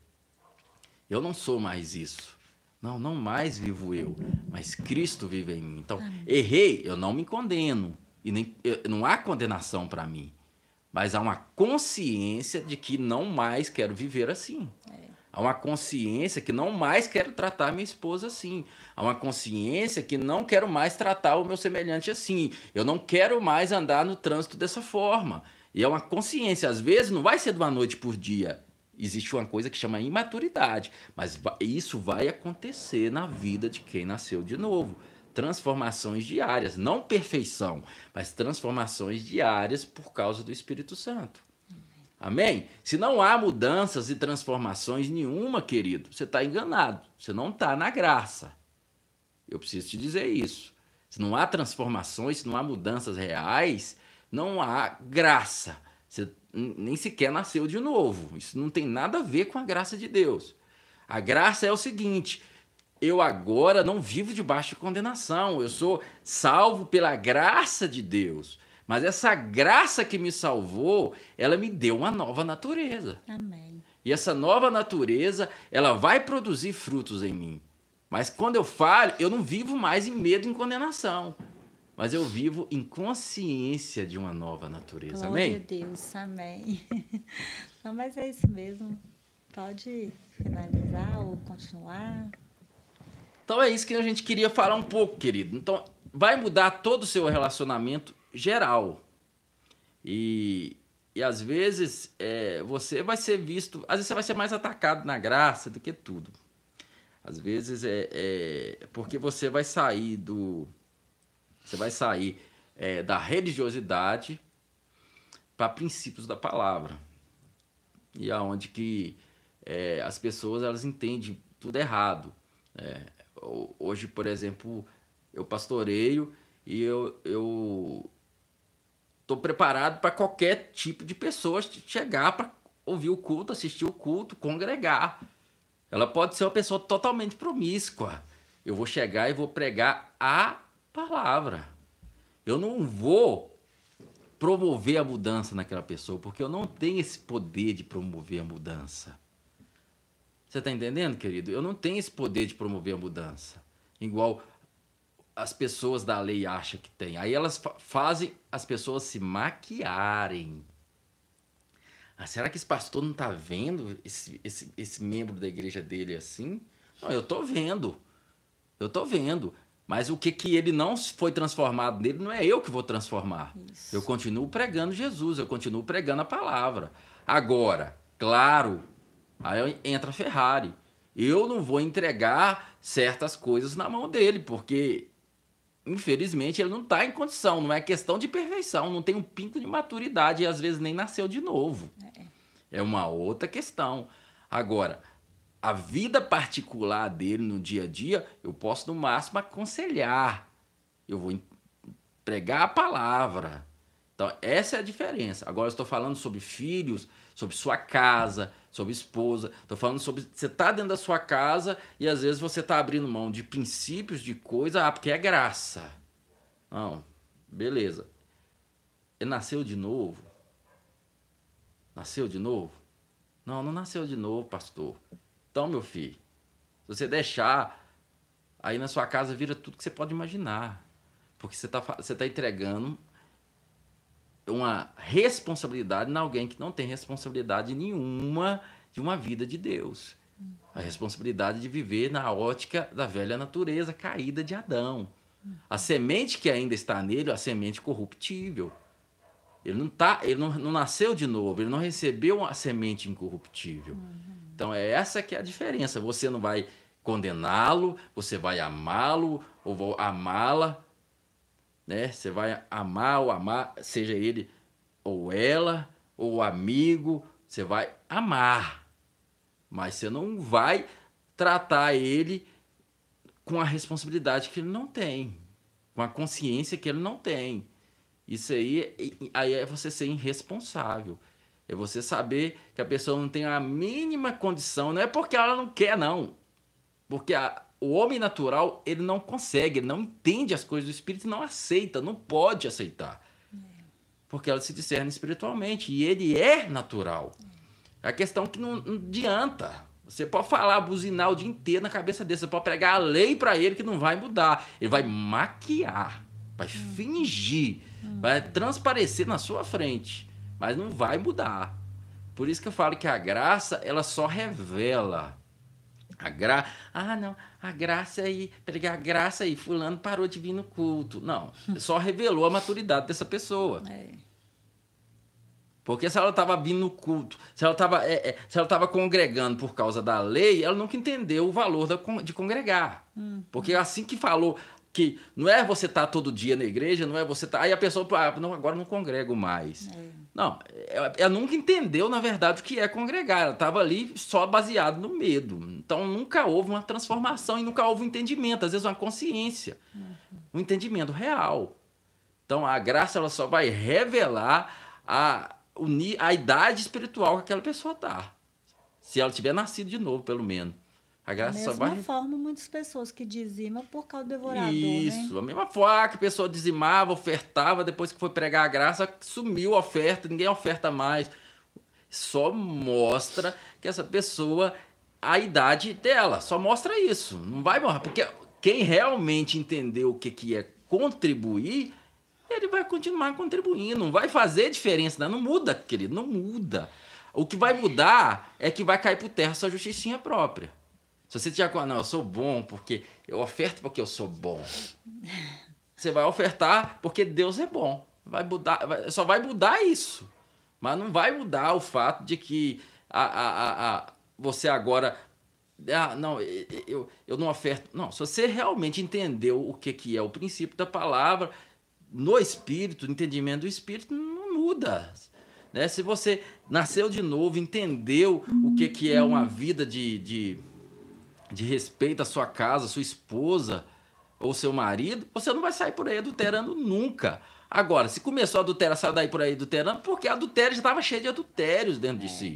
S1: Eu não sou mais isso. Não, não mais vivo eu, mas Cristo vive em mim. Então, errei, eu não me condeno. E nem, eu, não há condenação para mim. Mas há uma consciência de que não mais quero viver assim. Há uma consciência que não mais quero tratar minha esposa assim. Há uma consciência que não quero mais tratar o meu semelhante assim. Eu não quero mais andar no trânsito dessa forma. E é uma consciência. Às vezes não vai ser de uma noite por dia. Existe uma coisa que chama imaturidade. Mas isso vai acontecer na vida de quem nasceu de novo. Transformações diárias. Não perfeição, mas transformações diárias por causa do Espírito Santo. Amém? Se não há mudanças e transformações nenhuma, querido, você está enganado. Você não está na graça. Eu preciso te dizer isso. Se não há transformações, se não há mudanças reais, não há graça. Você nem sequer nasceu de novo. Isso não tem nada a ver com a graça de Deus. A graça é o seguinte: eu agora não vivo debaixo de condenação. Eu sou salvo pela graça de Deus. Mas essa graça que me salvou, ela me deu uma nova natureza.
S2: Amém.
S1: E essa nova natureza, ela vai produzir frutos em mim. Mas quando eu falo, eu não vivo mais em medo e em condenação. Mas eu vivo em consciência de uma nova natureza.
S2: Glória
S1: Amém?
S2: a Deus, amém. Não, mas é isso mesmo. Pode finalizar ou continuar.
S1: Então é isso que a gente queria falar um pouco, querido. Então, vai mudar todo o seu relacionamento geral. E, e às vezes é, você vai ser visto, às vezes você vai ser mais atacado na graça do que tudo. Às vezes é, é porque você vai sair do, você vai sair é, da religiosidade para princípios da palavra. E aonde que é, as pessoas elas entendem tudo errado. É, hoje, por exemplo, eu pastoreio e eu eu estou preparado para qualquer tipo de pessoa chegar para ouvir o culto, assistir o culto, congregar. Ela pode ser uma pessoa totalmente promíscua. Eu vou chegar e vou pregar a palavra. Eu não vou promover a mudança naquela pessoa, porque eu não tenho esse poder de promover a mudança. Você está entendendo, querido? Eu não tenho esse poder de promover a mudança. Igual as pessoas da lei acham que tem. Aí elas fa- fazem as pessoas se maquiarem. Ah, será que esse pastor não está vendo esse, esse, esse membro da igreja dele assim? Não, eu estou vendo. Eu estou vendo. Mas o que, que ele não foi transformado nele, não é eu que vou transformar.
S2: Isso.
S1: Eu continuo pregando Jesus, eu continuo pregando a palavra. Agora, claro, aí entra a Ferrari. Eu não vou entregar certas coisas na mão dele, porque, infelizmente, ele não está em condição. Não é questão de perfeição, não tem um pingo de maturidade e às vezes nem nasceu de novo. É uma outra questão. Agora, a vida particular dele no dia a dia, eu posso no máximo aconselhar. Eu vou pregar a palavra. Então, essa é a diferença. Agora eu estou falando sobre filhos, sobre sua casa, sobre esposa. Estou falando sobre você está dentro da sua casa e às vezes você está abrindo mão de princípios, de coisa, ah, porque é graça. Não, beleza. Ele nasceu de novo? Nasceu de novo? Não, não nasceu de novo, pastor. Então, meu filho, se você deixar, aí na sua casa vira tudo que você pode imaginar. Porque você está você tá entregando uma responsabilidade em alguém que não tem responsabilidade nenhuma de uma vida de Deus. A responsabilidade de viver na ótica da velha natureza caída de Adão. A semente que ainda está nele é a semente corruptível. Ele não, tá, ele não, não nasceu de novo, ele não recebeu uma semente incorruptível. Uhum. Então, é essa que é a diferença. Você não vai condená-lo, você vai amá-lo ou amá-la, né? Você vai amar ou amar, seja ele ou ela, ou o amigo, você vai amar. Mas você não vai tratar ele com a responsabilidade que ele não tem, com a consciência que ele não tem. Isso aí, aí é você ser irresponsável. É você saber que a pessoa não tem a mínima condição. Não é porque ela não quer, não. Porque a, o homem natural, ele não consegue, ele não entende as coisas do Espírito, não aceita, não pode aceitar. Porque ela se discerne espiritualmente. E ele é natural. É a questão que não, não adianta. Você pode falar, buzinar o dia inteiro na cabeça dele. Você pode pregar a lei para ele que não vai mudar. Ele vai maquiar, vai fingir, vai transparecer na sua frente. Mas não vai mudar. Por isso que eu falo que a graça, ela só revela. A gra... Ah, não, a graça aí, pregar a graça aí, fulano parou de vir no culto. Não, só revelou a maturidade dessa pessoa. É. Porque se ela estava vindo no culto, se ela estava é, é, se ela estava congregando por causa da lei, ela nunca entendeu o valor da, de congregar. Hum. Porque assim que falou que não é você estar tá todo dia na igreja, não é você estar... Tá... Aí a pessoa, ah, não, agora não congrego mais. É. Não, ela, ela nunca entendeu, na verdade, o que é congregar. Ela estava ali só baseado no medo. Então nunca houve uma transformação e nunca houve um entendimento, às vezes uma consciência. Uhum. Um entendimento real. Então a graça ela só vai revelar a, a idade espiritual que aquela pessoa está. Se ela tiver nascido de novo, pelo menos. A graça
S2: da mesma
S1: só vai...
S2: forma, muitas pessoas que dizimam por causa do devorador,
S1: Isso,
S2: né?
S1: a mesma forma que a pessoa dizimava, ofertava, depois que foi pregar a graça, sumiu a oferta, ninguém oferta mais. Só mostra que essa pessoa, a idade dela, só mostra isso. Não vai morrer, porque quem realmente entendeu o que, que é contribuir, ele vai continuar contribuindo, não vai fazer diferença, não, não muda, querido, não muda. O que vai mudar é que vai cair por terra sua justicinha própria. Se você já não, eu sou bom porque eu oferto porque eu sou bom. Você vai ofertar porque Deus é bom. Vai mudar, vai, só vai mudar isso. Mas não vai mudar o fato de que a, a, a, a, você agora... Ah, não, eu, eu não oferto... Não, se você realmente entendeu o que, que é o princípio da palavra, no Espírito, o entendimento do Espírito não muda. Né? Se você nasceu de novo, entendeu o que, que é uma vida de, de, de respeito à sua casa, à sua esposa ou seu marido, você não vai sair por aí adulterando nunca. Agora, se começou a adulterar, saiu daí por aí adulterando, porque a adultério já estava cheio de adultérios dentro de si.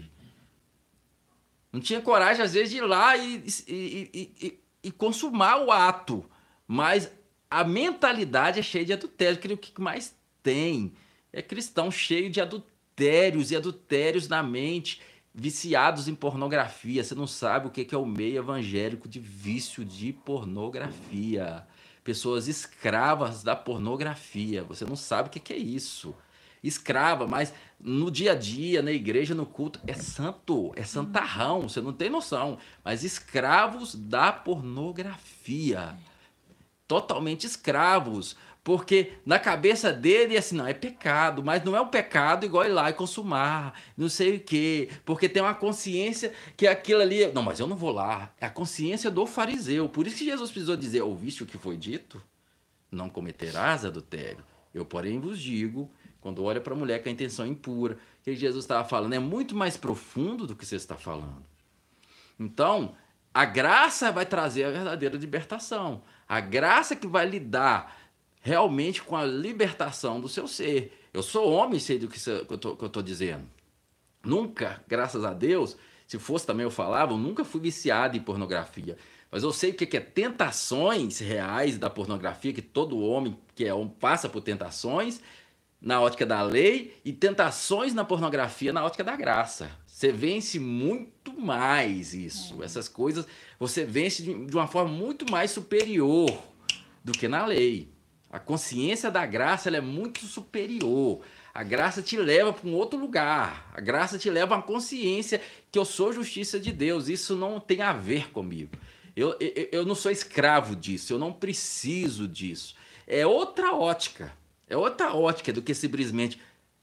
S1: Não tinha coragem, às vezes, de ir lá e, e, e, e, e consumar o ato. Mas a mentalidade é cheia de adultérios. O que mais tem é cristão cheio de adultérios e adultérios na mente, viciados em pornografia. Você não sabe o que é o meio evangélico de vício de pornografia. Pessoas escravas da pornografia. Você não sabe o que é isso. Escrava, mas no dia a dia, na igreja, no culto, é santo, é santarrão, você não tem noção. Mas escravos da pornografia. Totalmente escravos. Porque na cabeça dele é assim, não, é pecado, mas não é um pecado igual ir lá e consumar, não sei o quê. Porque tem uma consciência que aquilo ali... Não, mas eu não vou lá. É a consciência do fariseu. Por isso que Jesus precisou dizer, ouviste o que foi dito? Não cometerás adultério. Eu, porém, vos digo, quando olha para a mulher com a intenção impura, que Jesus estava falando é muito mais profundo do que você está falando. Então, a graça vai trazer a verdadeira libertação. A graça que vai lidar realmente com a libertação do seu ser. Eu sou homem, sei do que eu estou dizendo. Nunca, graças a Deus, se fosse também eu falava, eu nunca fui viciado em pornografia. Mas eu sei o que é tentações reais da pornografia, que todo homem que é homem passa por tentações na ótica da lei e tentações na pornografia na ótica da graça. Você vence muito mais isso. É. Essas coisas você vence de uma forma muito mais superior do que na lei. A consciência da graça ela é muito superior. A graça te leva para um outro lugar. A graça te leva a uma consciência que eu sou justiça de Deus. Isso não tem a ver comigo. Eu, eu, eu não sou escravo disso. Eu não preciso disso. É outra ótica. É outra ótica do que simplesmente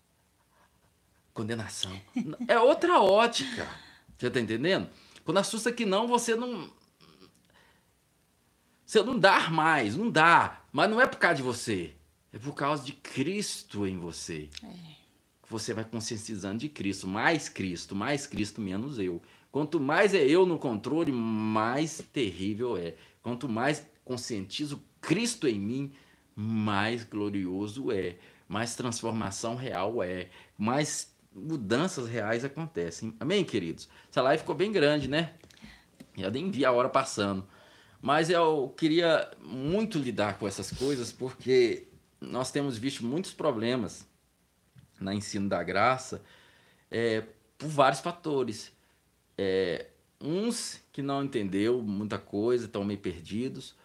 S1: condenação. É outra ótica. Você está entendendo? Quando assusta que não, você não... Você não dá mais, não dá. Mas não é por causa de você. É por causa de Cristo em você. É. Você vai conscientizando de Cristo. Mais Cristo, mais Cristo, menos eu. Quanto mais é eu no controle, mais terrível é. Quanto mais conscientizo Cristo em mim, mais glorioso é. Mais transformação real é. Mais mudanças reais acontecem. Amém, queridos? Essa live ficou bem grande, né? Já nem vi a hora passando. Mas eu queria muito lidar com essas coisas porque nós temos visto muitos problemas no ensino da graça é, por vários fatores. É, uns que não entendeu muita coisa, estão meio perdidos.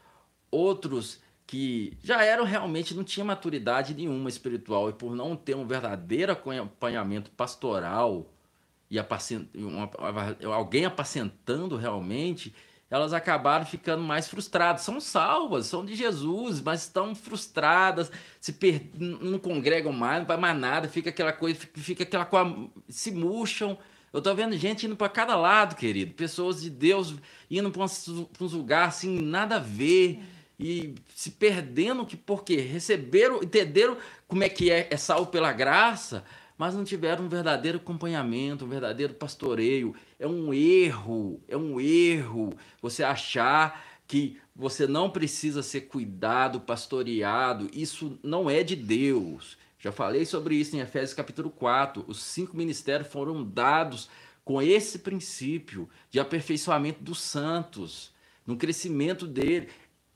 S1: Outros que já eram realmente, não tinham maturidade nenhuma espiritual e por não ter um verdadeiro acompanhamento pastoral e apacent... uma... alguém apacentando realmente... elas acabaram ficando mais frustradas. São salvas, são de Jesus, mas estão frustradas, se per... não congregam mais, não vai mais nada, fica aquela coisa, fica aquela coisa, se murcham. Eu tô vendo gente indo para cada lado, querido, pessoas de Deus indo para uns lugares assim, nada a ver, e se perdendo, que porque receberam, entenderam como é que é, é salvo pela graça, mas não tiveram um verdadeiro acompanhamento, um verdadeiro pastoreio. É um erro, é um erro você achar que você não precisa ser cuidado, pastoreado. Isso não é de Deus. Já falei sobre isso em Efésios capítulo quatro. Os cinco ministérios foram dados com esse princípio de aperfeiçoamento dos santos, no crescimento dele.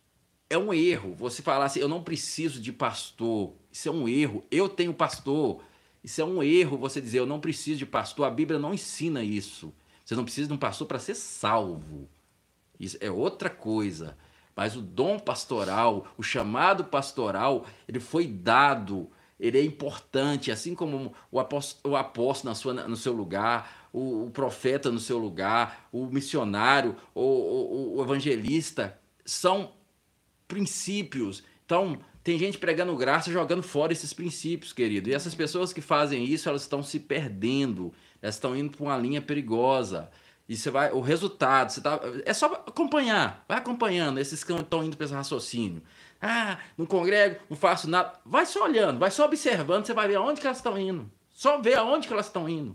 S1: É um erro você falar assim, eu não preciso de pastor. Isso é um erro. Eu tenho pastor. Isso é um erro você dizer, eu não preciso de pastor. A Bíblia não ensina isso. Você não precisa de um pastor para ser salvo. Isso é outra coisa. Mas o dom pastoral, o chamado pastoral, ele foi dado, ele é importante, assim como o apóstolo, o apóstolo na sua, no seu lugar, o, o profeta no seu lugar, o missionário, o, o, o evangelista, são princípios. Então, Tem gente pregando graça, jogando fora esses princípios, querido. E essas pessoas que fazem isso, elas estão se perdendo. Elas estão indo para uma linha perigosa. E você vai, o resultado, você tá, é só acompanhar, vai acompanhando esses que estão indo para esse raciocínio. Ah, não congrego, não faço nada. Vai só olhando, vai só observando, você vai ver aonde que elas estão indo. Só ver aonde que elas estão indo.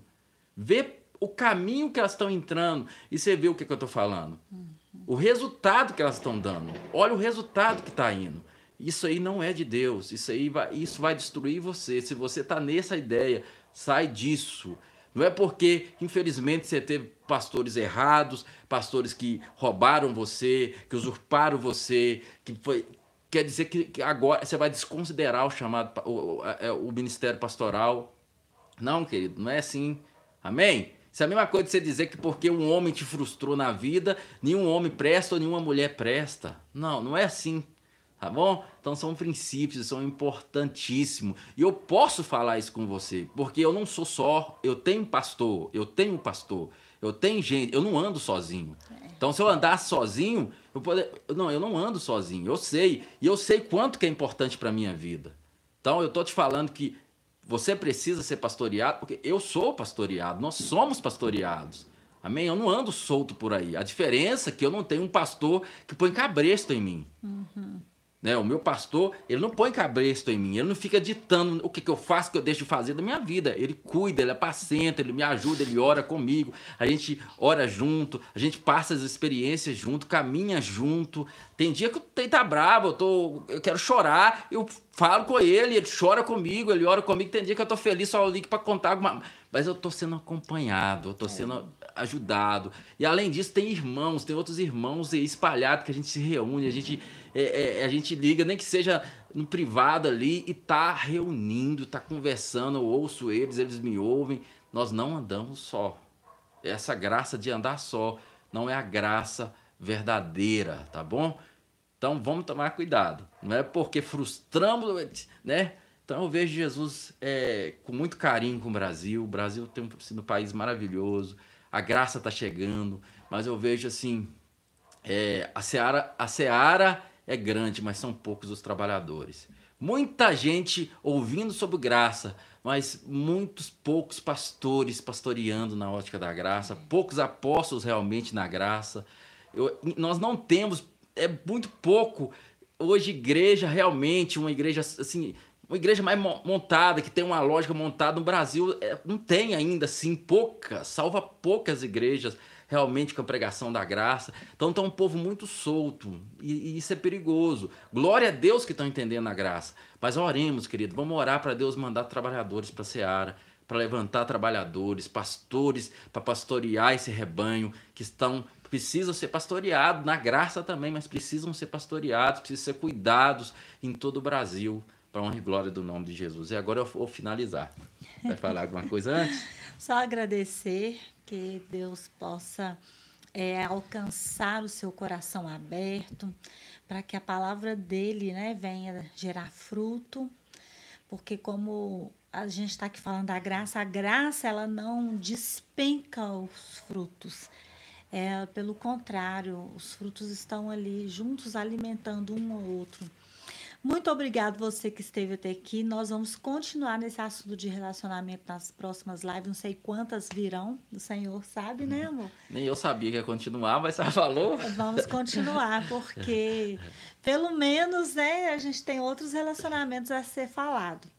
S1: Vê o caminho que elas estão entrando e você vê o que, que eu estou falando. O resultado que elas estão dando. Olha o resultado que está indo. Isso aí não é de Deus. Isso aí vai, isso vai destruir você. Se você está nessa ideia, sai disso. Não é porque, infelizmente, você teve pastores errados, pastores que roubaram você, que usurparam você, que foi... Quer dizer que, que agora você vai desconsiderar o chamado, o, o, o ministério pastoral. Não, querido, não é assim. Amém? Isso é a mesma coisa de você dizer que porque um homem te frustrou na vida, nenhum homem presta ou nenhuma mulher presta. Não, não é assim. Tá bom? Então são princípios, são importantíssimos. E eu posso falar isso com você, porque eu não sou só, eu tenho pastor, eu tenho pastor, eu tenho gente, eu não ando sozinho. Então se eu andasse sozinho, eu poder, não, eu não ando sozinho, eu sei, e eu sei quanto que é importante para minha vida. Então eu tô te falando que você precisa ser pastoreado, porque eu sou pastoreado, nós somos pastoreados. Amém? Eu não ando solto por aí. A diferença é que eu não tenho um pastor que põe cabresto em mim. Uhum. Né? O meu pastor, ele não põe cabresto em mim, ele não fica ditando o que, que eu faço, o que eu deixo de fazer da minha vida. Ele cuida, ele apacenta, ele me ajuda, ele ora comigo, a gente ora junto, a gente passa as experiências junto, caminha junto. Tem dia que eu tá bravo, eu, tô, eu quero chorar, eu falo com ele, ele chora comigo, ele ora comigo. Tem dia que eu tô feliz, só eu ligo para contar alguma... Mas eu tô sendo acompanhado, eu tô sendo ajudado. E além disso, tem irmãos, tem outros irmãos aí espalhados que a gente se reúne, a gente, é, é, a gente liga, nem que seja no privado ali, e tá reunindo, tá conversando, eu ouço eles, eles me ouvem. Nós não andamos só. Essa graça de andar só não é a graça verdadeira, tá bom? Então vamos tomar cuidado. Não é porque frustramos, né? Então eu vejo Jesus é, com muito carinho com o Brasil. O Brasil tem sido um país maravilhoso. A graça está chegando. Mas eu vejo assim, é, a seara, a seara é grande, mas são poucos os trabalhadores. Muita gente ouvindo sobre graça, mas muitos poucos pastores pastoreando na ótica da graça. Poucos apóstolos realmente na graça. Eu, nós não temos, é muito pouco hoje igreja realmente, uma igreja assim... Uma igreja mais montada, que tem uma lógica montada no Brasil, é, não tem ainda, assim, poucas, salva poucas igrejas realmente com a pregação da graça. Então está um povo muito solto, e, e isso é perigoso. Glória a Deus que estão entendendo a graça. Mas oremos, querido, vamos orar para Deus mandar trabalhadores para a seara, para levantar trabalhadores, pastores, para pastorear esse rebanho que estão... precisam ser pastoreados, na graça também, mas precisam ser pastoreados, precisam ser cuidados em todo o Brasil, para a honra e glória do nome de Jesus. E agora eu vou finalizar. Vai falar alguma coisa antes?
S2: Só agradecer, que Deus possa é, alcançar o seu coração aberto, para que a palavra dele, né, venha gerar fruto, porque como a gente está aqui falando da graça, a graça ela não despenca os frutos. É, pelo contrário, os frutos estão ali juntos alimentando um ao outro. Muito obrigado você que esteve até aqui. Nós vamos continuar nesse assunto de relacionamento nas próximas lives. Não sei quantas virão, o Senhor sabe, né, amor?
S1: Nem eu sabia que ia continuar, mas você falou.
S2: Vamos continuar, porque pelo menos, né, a gente tem outros relacionamentos a ser falado.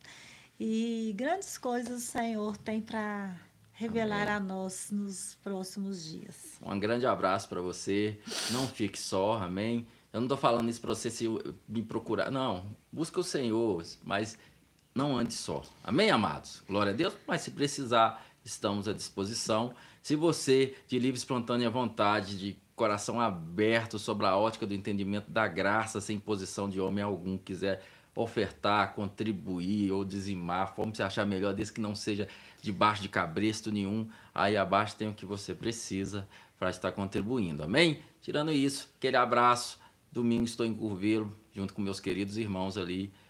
S2: E grandes coisas o Senhor tem para revelar Amém. A nós nos próximos dias.
S1: Um grande abraço para você. Não fique só, amém? Eu não estou falando isso para você se me procurar. Não, busca o Senhor, mas não ande só. Amém, amados? Glória a Deus. Mas se precisar, estamos à disposição. Se você, de livre, espontânea vontade, de coração aberto sobre a ótica do entendimento da graça, sem posição de homem algum, quiser ofertar, contribuir ou dizimar, como você achar melhor, desde que não seja debaixo de cabresto nenhum, aí abaixo tem o que você precisa para estar contribuindo. Amém? Tirando isso, aquele abraço. Domingo estou em Curvelo, junto com meus queridos irmãos ali,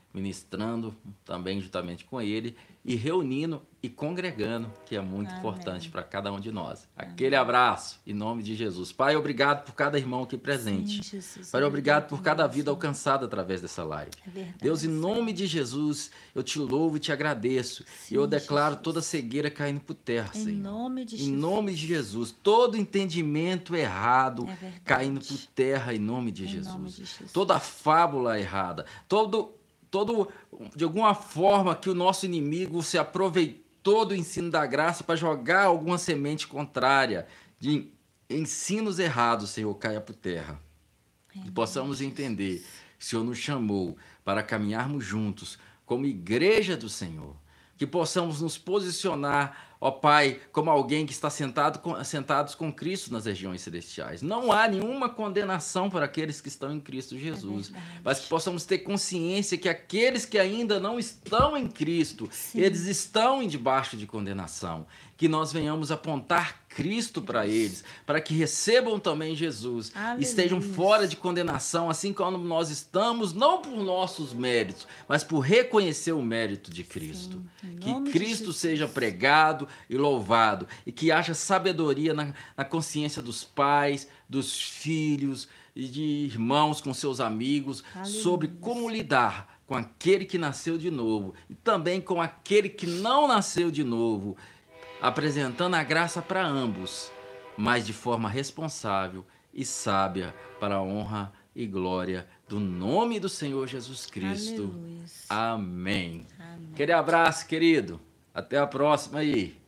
S1: ministrando também juntamente com ele e reunindo e congregando, que é muito
S2: Amém.
S1: importante para cada um de nós. Aquele abraço, em nome de Jesus. Pai, obrigado por cada irmão aqui presente.
S2: Sim, Jesus,
S1: Pai, obrigado por cada
S2: mesmo.
S1: vida alcançada através dessa live.
S2: É verdade,
S1: Deus, em nome
S2: Senhor.
S1: de Jesus, eu te louvo e te agradeço. E
S2: Sim,
S1: eu declaro
S2: Jesus.
S1: toda cegueira caindo por terra,
S2: Em
S1: Senhor.
S2: nome de
S1: Em
S2: Jesus.
S1: nome de Jesus, todo entendimento errado
S2: É verdade.
S1: caindo por terra em nome de
S2: Em
S1: Jesus.
S2: nome de Jesus.
S1: Toda fábula errada, todo, todo, de alguma forma que o nosso inimigo se aproveitou do ensino da graça para jogar alguma semente contrária de ensinos errados, Senhor, caia por terra.
S2: Em
S1: E
S2: nome
S1: possamos
S2: de
S1: entender
S2: Jesus.
S1: que o Senhor nos chamou para caminharmos juntos como igreja do Senhor. Que possamos nos posicionar, ó Pai, como alguém que está sentado com, sentados com Cristo nas regiões celestiais. Não há nenhuma condenação para aqueles que estão em Cristo Jesus.
S2: verdade.
S1: Mas que possamos ter consciência que aqueles que ainda não estão em Cristo,
S2: Sim.
S1: eles estão em debaixo de condenação. Que nós venhamos apontar Cristo para eles, para que recebam também Jesus.
S2: Aleluia.
S1: E estejam fora de condenação, assim como nós estamos, não por nossos méritos, mas por reconhecer o mérito de Cristo.
S2: Sim, em
S1: Que
S2: nome de
S1: Cristo
S2: Jesus.
S1: seja pregado e louvado, e que haja sabedoria na, na consciência dos pais, dos filhos e de irmãos com seus amigos,
S2: Aleluia.
S1: sobre como lidar com aquele que nasceu de novo e também com aquele que não nasceu de novo, apresentando a graça para ambos, mas de forma responsável e sábia, para a honra e glória do nome do Senhor Jesus Cristo.
S2: Aleluia.
S1: Amém.
S2: Amém.
S1: Aquele abraço, querido. Até a próxima aí.